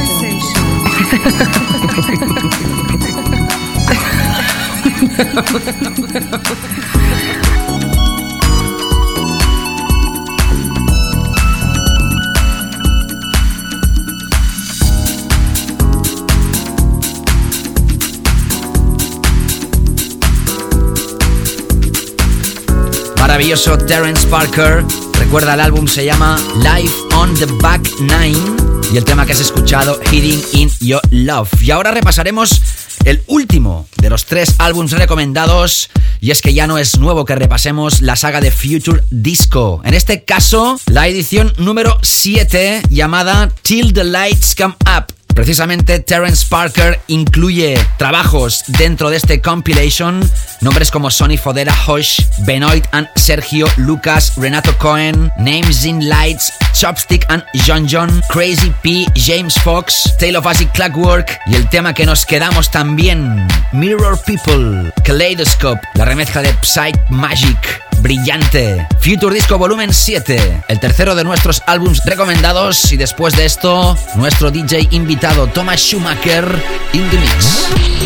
Maravilloso Terence Parker. Recuerda, el álbum se llama Live on the Back Nine y el tema que has escuchado, Hidden in Your Love. Y ahora repasaremos el último de los 3 álbumes recomendados, y es que ya no es nuevo que repasemos la saga de Future Disco. En este caso, la edición número 7, llamada Till the Lights Come Up. Precisamente Terence Parker incluye trabajos dentro de este compilation, nombres como Sonny Fodera, Hosh, Benoit and Sergio, Lucas, Renato Cohen, Names in Lights, Chopstick and John, Crazy P, James Fox, Tale of Acid Clockwork y el tema que nos quedamos también, Mirror People, Kaleidoscope, la remezcla de Psych Magic, brillante. Future Disco Volumen 7, el tercero de nuestros álbums recomendados. Y después de esto, nuestro DJ invitado Thomas Schumacher in the mix.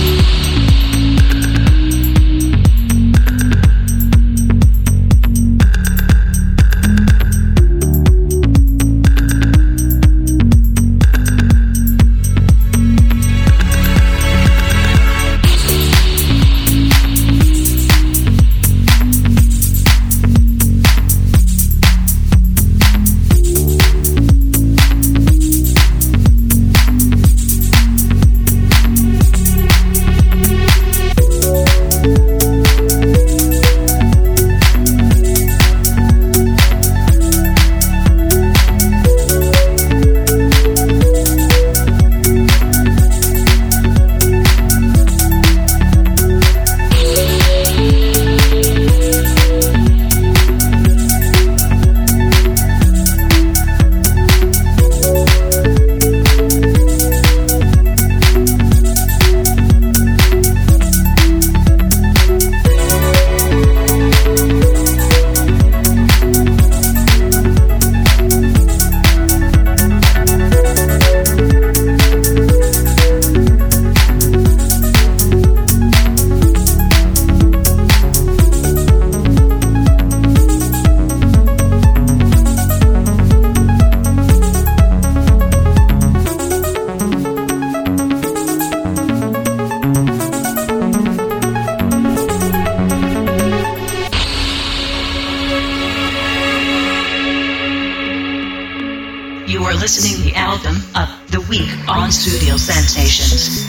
Listening the album of the week on Studio Sensations.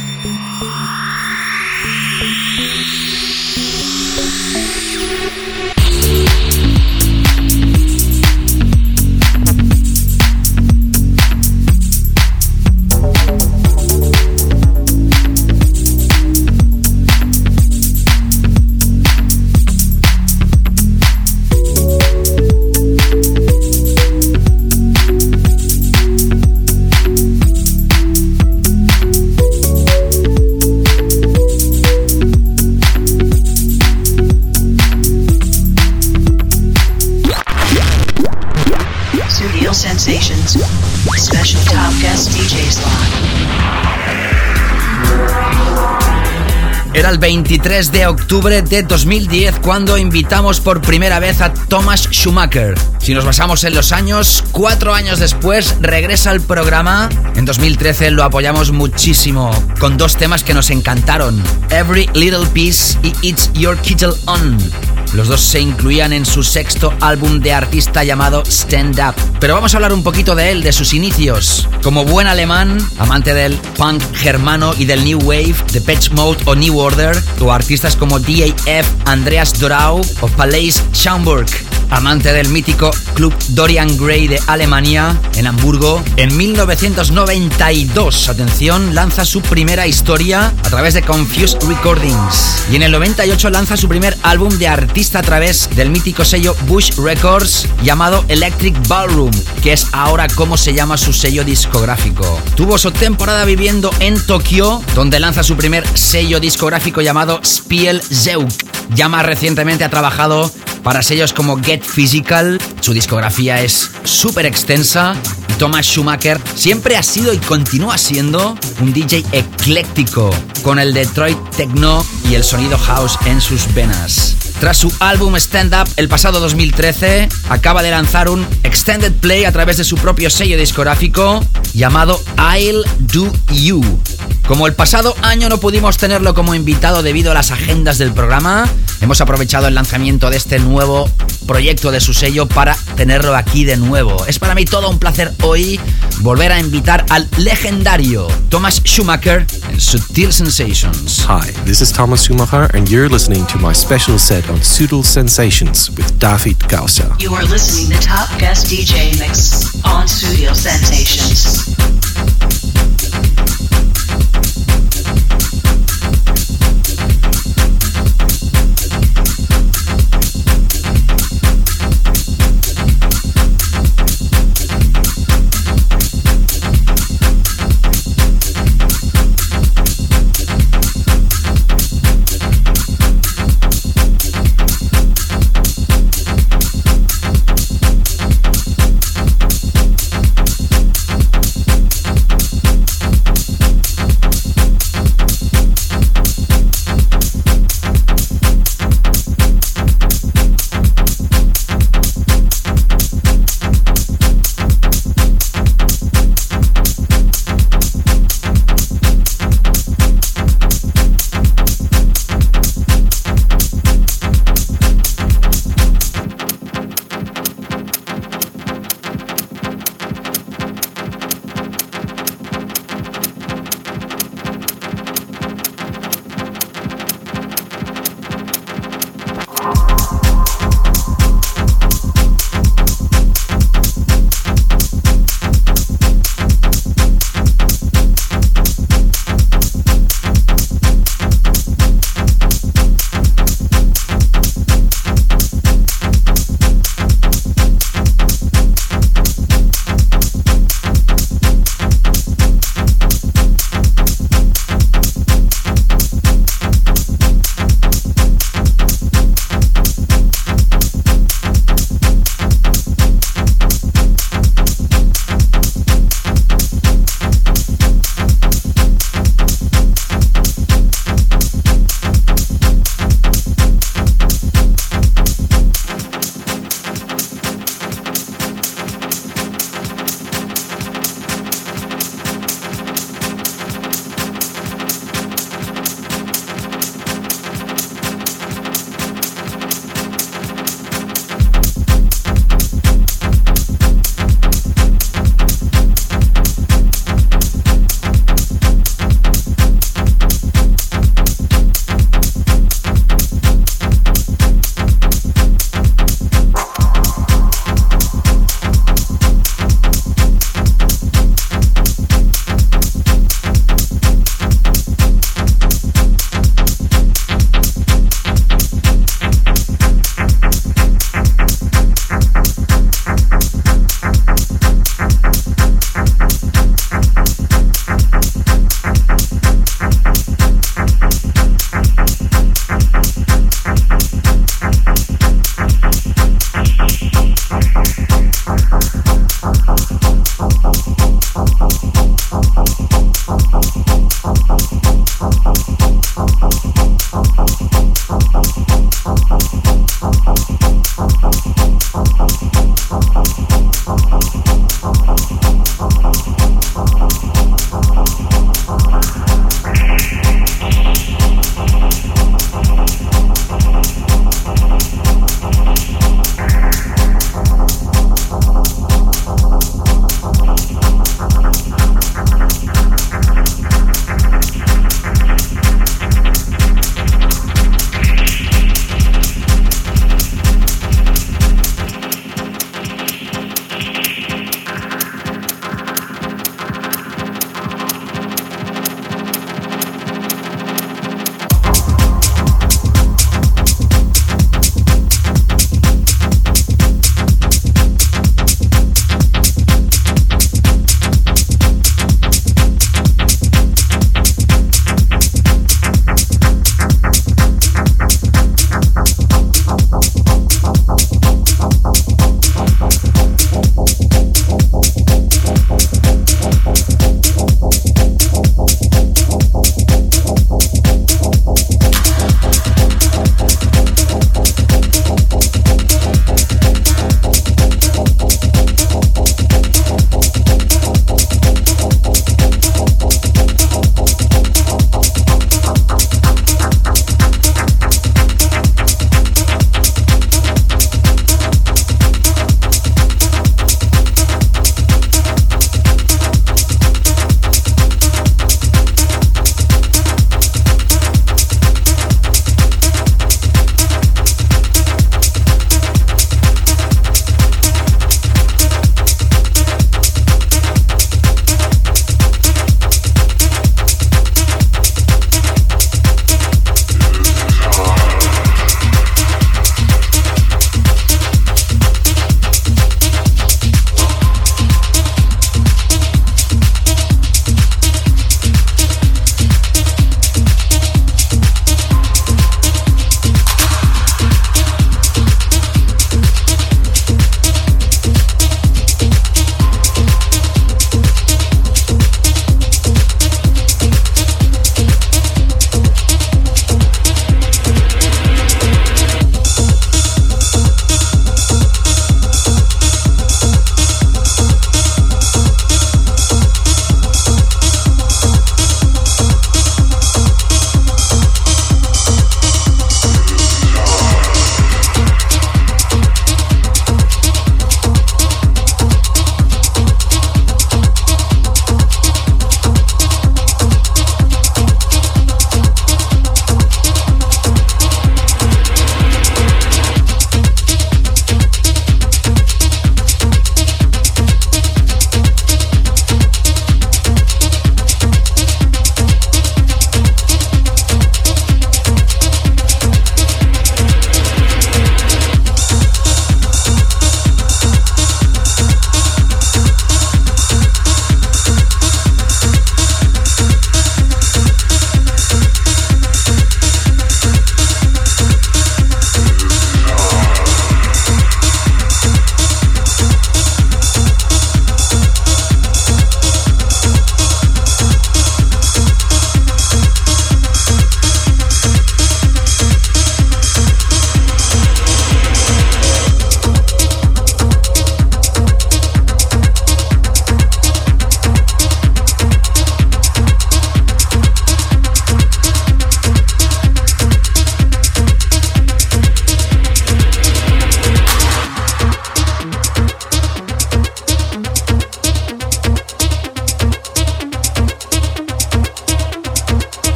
Sensations. Special top guest DJ slot. Era el 23 de octubre de 2010 cuando invitamos por primera vez a Thomas Schumacher. Si nos basamos en los años, 4 años después regresa al programa. En 2013 lo apoyamos muchísimo con 2 temas que nos encantaron: Every Little Piece y It's Your Kettle On. Los 2 se incluían en su 6º álbum de artista llamado Stand Up. Pero vamos a hablar un poquito de él, de sus inicios. Como buen alemán, amante del punk germano y del new wave, Depeche Mode o New Order, o artistas como DAF, Andreas Dorau o Palais Schaumburg. Amante del mítico club Dorian Gray de Alemania, en Hamburgo, en 1992, atención, lanza su primera historia a través de Confused Recordings. Y en el 98 lanza su primer álbum de artista a través del mítico sello Bush Records llamado Electric Ballroom, que es ahora como se llama su sello discográfico. Tuvo su temporada viviendo en Tokio, donde lanza su primer sello discográfico llamado Spielzeug. Ya más recientemente ha trabajado para sellos como Get Physical. Su discografía es súper extensa y Thomas Schumacher siempre ha sido y continúa siendo un DJ ecléctico, con el Detroit Techno y el sonido house en sus venas. Tras su álbum Stand Up el pasado 2013, acaba de lanzar un extended play a través de su propio sello discográfico llamado I'll Do You. Como el pasado año no pudimos tenerlo como invitado debido a las agendas del programa, hemos aprovechado el lanzamiento de este nuevo proyecto de su sello para tenerlo aquí de nuevo. Es para mí todo un placer hoy volver a invitar al legendario Thomas Schumacher en Subtle Sensations. Hi, this is Thomas Schumacher and you're listening to my special set on Subtle Sensations with David Gausa. You are listening to Top Guest DJ Mix on Studio Sensations.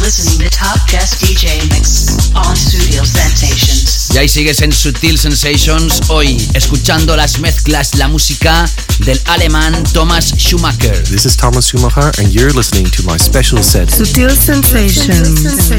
listening to Top Guest DJ Mix on Studio Sensations. Y ahí sigues en Sutil Sensations, hoy escuchando las mezclas, la música del alemán Thomas Schumacher. This is Thomas Schumacher and you're listening to my special set. Sutil Sensations.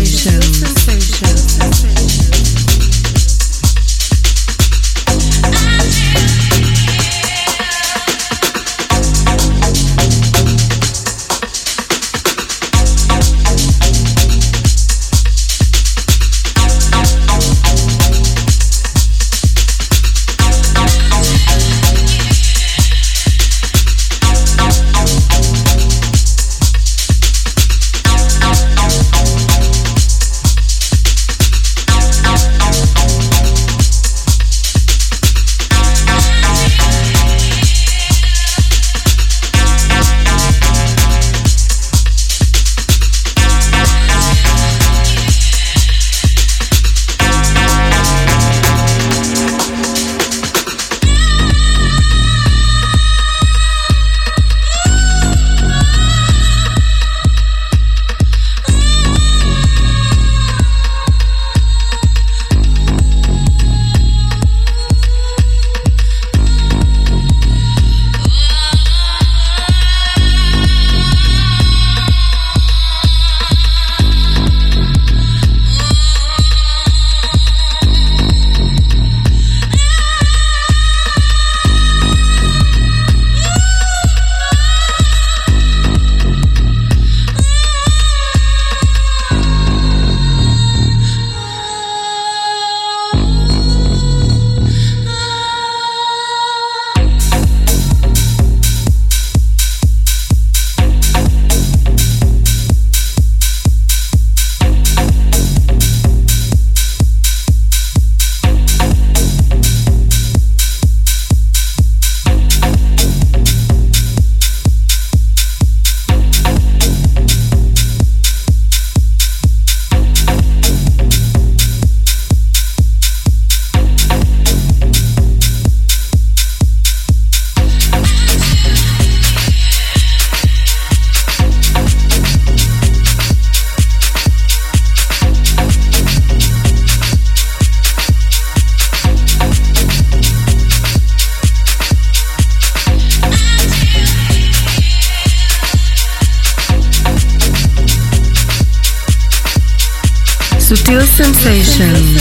Sutil Sensations.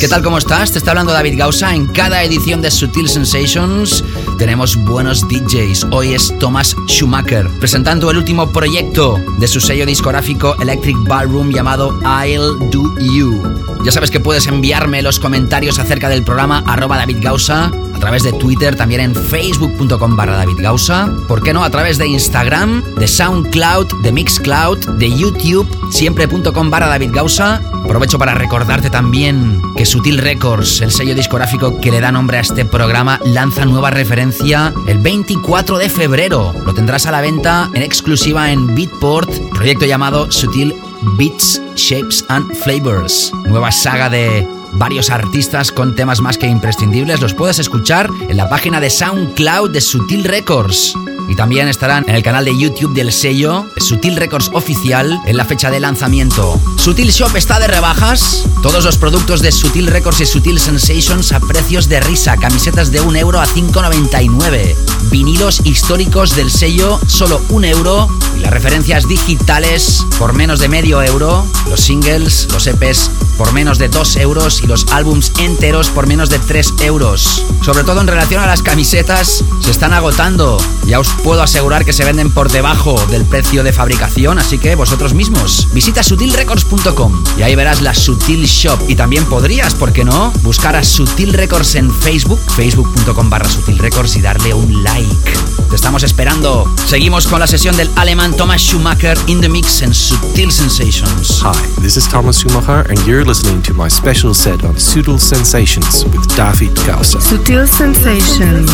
¿Qué tal, cómo estás? Te está hablando David Gausa. En cada edición de Sutil Sensations tenemos buenos DJs. Hoy es Thomas Schumacher, presentando el último proyecto de su sello discográfico Electric Ballroom llamado I'll Do You. Ya sabes que puedes enviarme los comentarios acerca del programa @DavidGausa, a través de Twitter, también en facebook.com/DavidGausa, ¿por qué no? A través de Instagram, de SoundCloud, de Mixcloud, de YouTube, siempre.com/DavidGausa. Aprovecho para recordarte también que Sutil Records, el sello discográfico que le da nombre a este programa, lanza nueva referencia el 24 de febrero. Lo tendrás a la venta en exclusiva en Beatport, proyecto llamado Sutil Beats, Shapes and Flavors. Nueva saga de varios artistas con temas más que imprescindibles. Los puedes escuchar en la página de SoundCloud de Sutil Records. Y también estarán en el canal de YouTube del sello Sutil Records Oficial en la fecha de lanzamiento. Sutil Shop está de rebajas. Todos los productos de Sutil Records y Sutil Sensations a precios de risa. Camisetas de €1 a $5,99. Vinilos históricos del sello, solo €1. Y las referencias digitales por menos de €0,5. Los singles, los EPs por menos de €2 y los álbums enteros por menos de €3. Sobre todo en relación a las camisetas, se están agotando. Ya os puedo asegurar que se venden por debajo del precio de fabricación, así que vosotros mismos visita sutilrecords.com y ahí verás la Sutil Shop. Y también podrías, ¿por qué no?, buscar a Sutil Records en Facebook, facebook.com/sutilrecords, y darle un like. Te estamos esperando. Seguimos con la sesión del alemán Thomas Schumacher in the mix en Sutil Sensations. Hi, this is Thomas Schumacher and you're listening to my special set on Sutil Sensations with David Gausa. Sutil Sensations.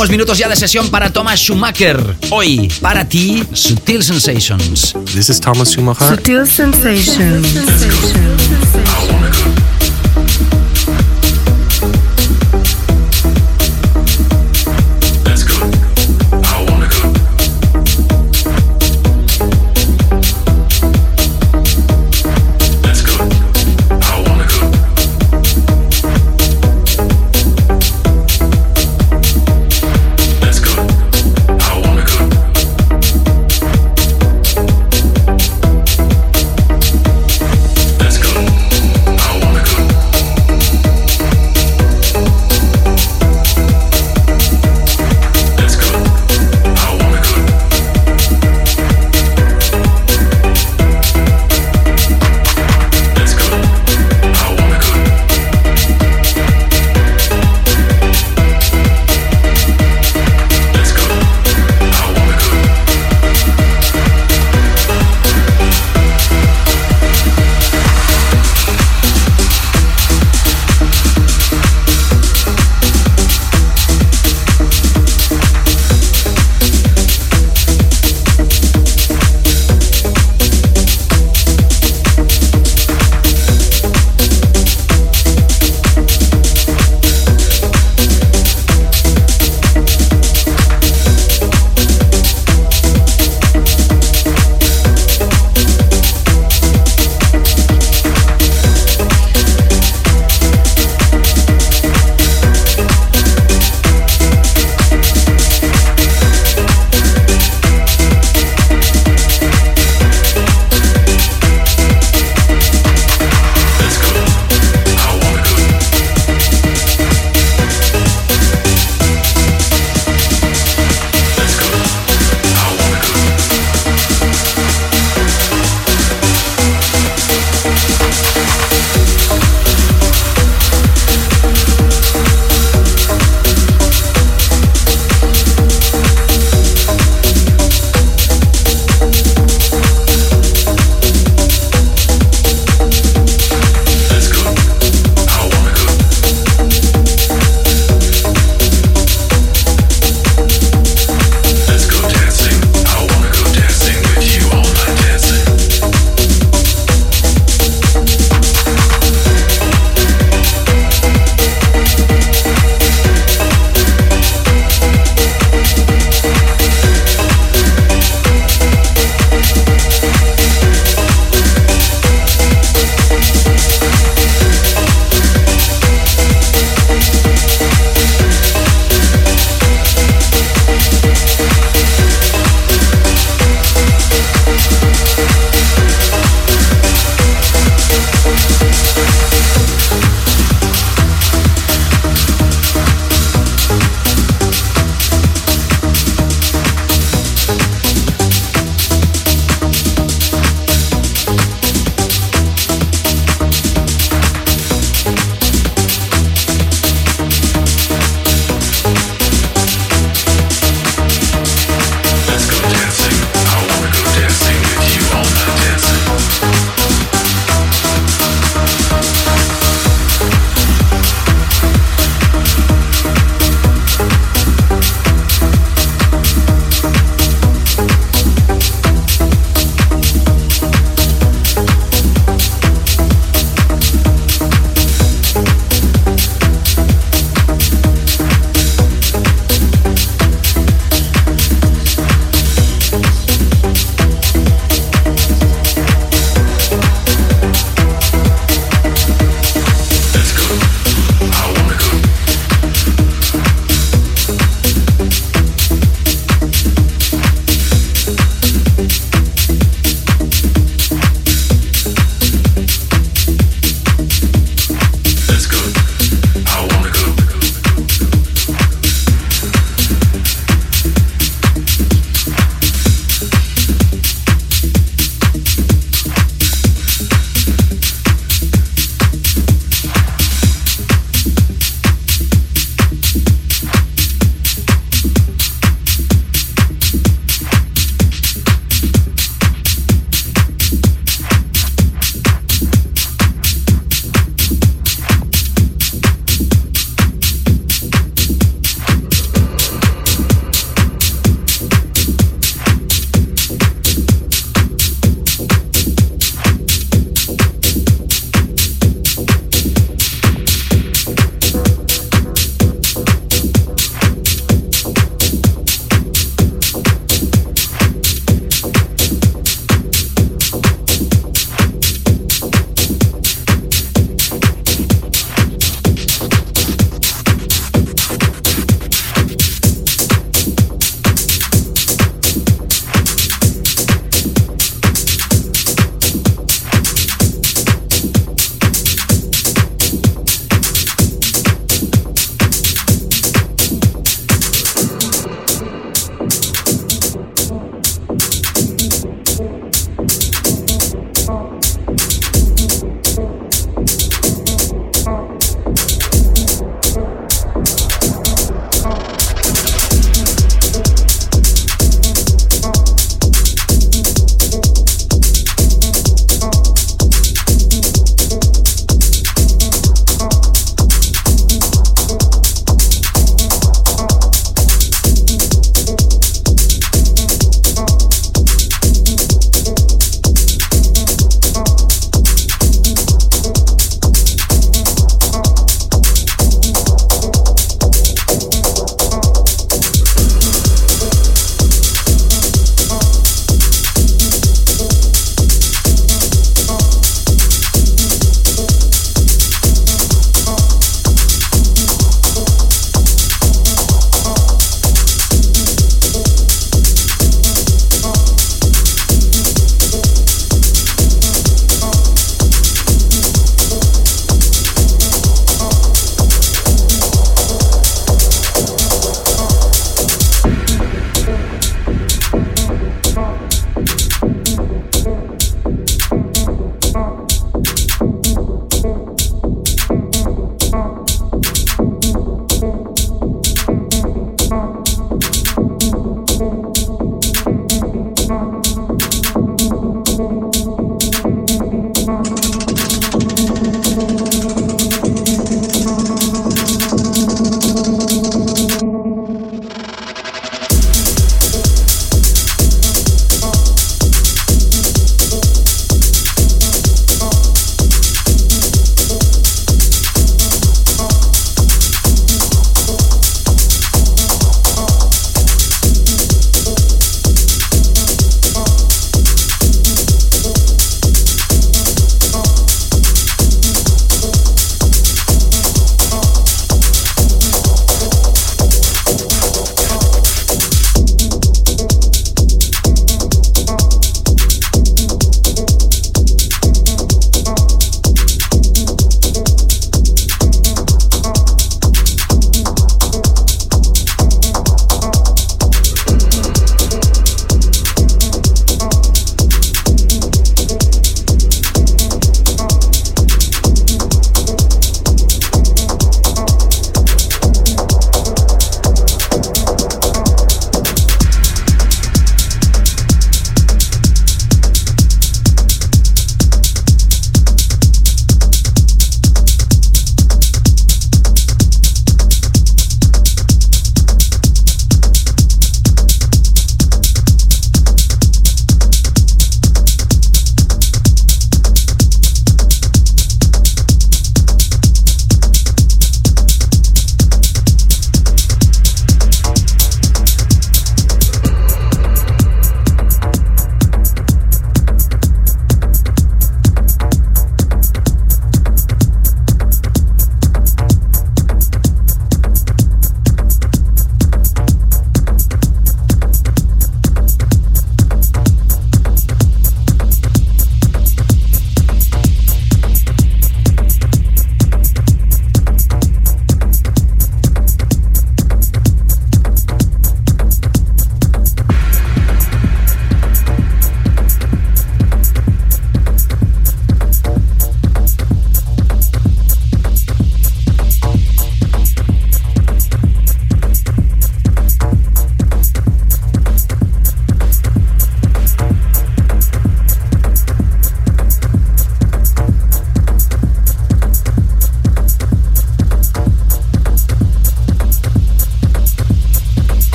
Últimos minutos ya de sesión para Thomas Schumacher. Hoy, para ti, Sutil Sensations. This is Thomas Schumacher. Sutil Sensations. Let's go.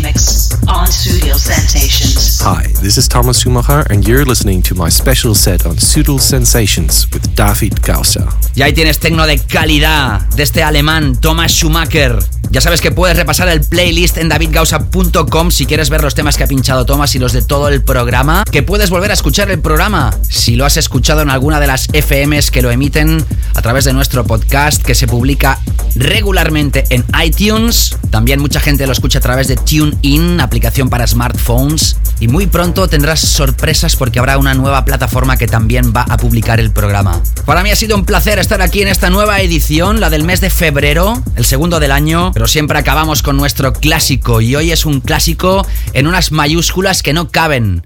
remix on Studio Sensations. Hi, this is Thomas Schumacher and you're listening to my special set on Studio Sensations with David Gausa. Y ahí tienes tecno de calidad de este alemán Thomas Schumacher. Ya sabes que puedes repasar el playlist en davidgausa.com si quieres ver los temas que ha pinchado Thomas y los de todo el programa, que puedes volver a escuchar el programa si lo has escuchado en alguna de las FMs que lo emiten a través de nuestro podcast que se publica regularmente en iTunes. También mucha gente lo escucha a través de TuneIn, aplicación para smartphones, y muy pronto tendrás sorpresas porque habrá una nueva plataforma que también va a publicar el programa. Para mí ha sido un placer estar aquí en esta nueva edición, la del mes de febrero, el segundo del año, pero siempre acabamos con nuestro clásico, y hoy es un clásico en unas mayúsculas que no caben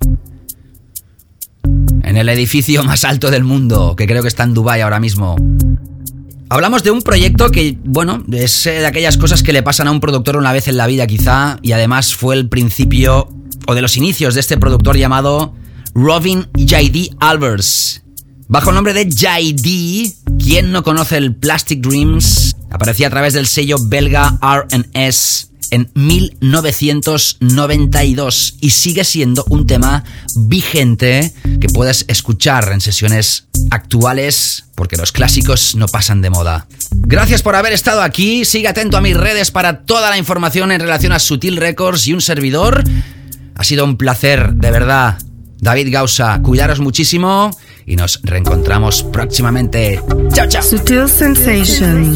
en el edificio más alto del mundo, que creo que está en Dubái ahora mismo. Hablamos de un proyecto que, bueno, es de aquellas cosas que le pasan a un productor una vez en la vida quizá, y además fue el principio o de los inicios de este productor llamado Robin J.D. Albers. Bajo el nombre de J.D., ¿quién no conoce el Plastic Dreams? Aparecía a través del sello belga R&S en 1992 y sigue siendo un tema vigente que puedes escuchar en sesiones actuales porque los clásicos no pasan de moda. Gracias por haber estado aquí. Sigue atento a mis redes para toda la información en relación a Sutil Records y un servidor. Ha sido un placer, de verdad. David Gausa, cuidaros muchísimo y nos reencontramos próximamente. Chao, chao. Sutil Sensations.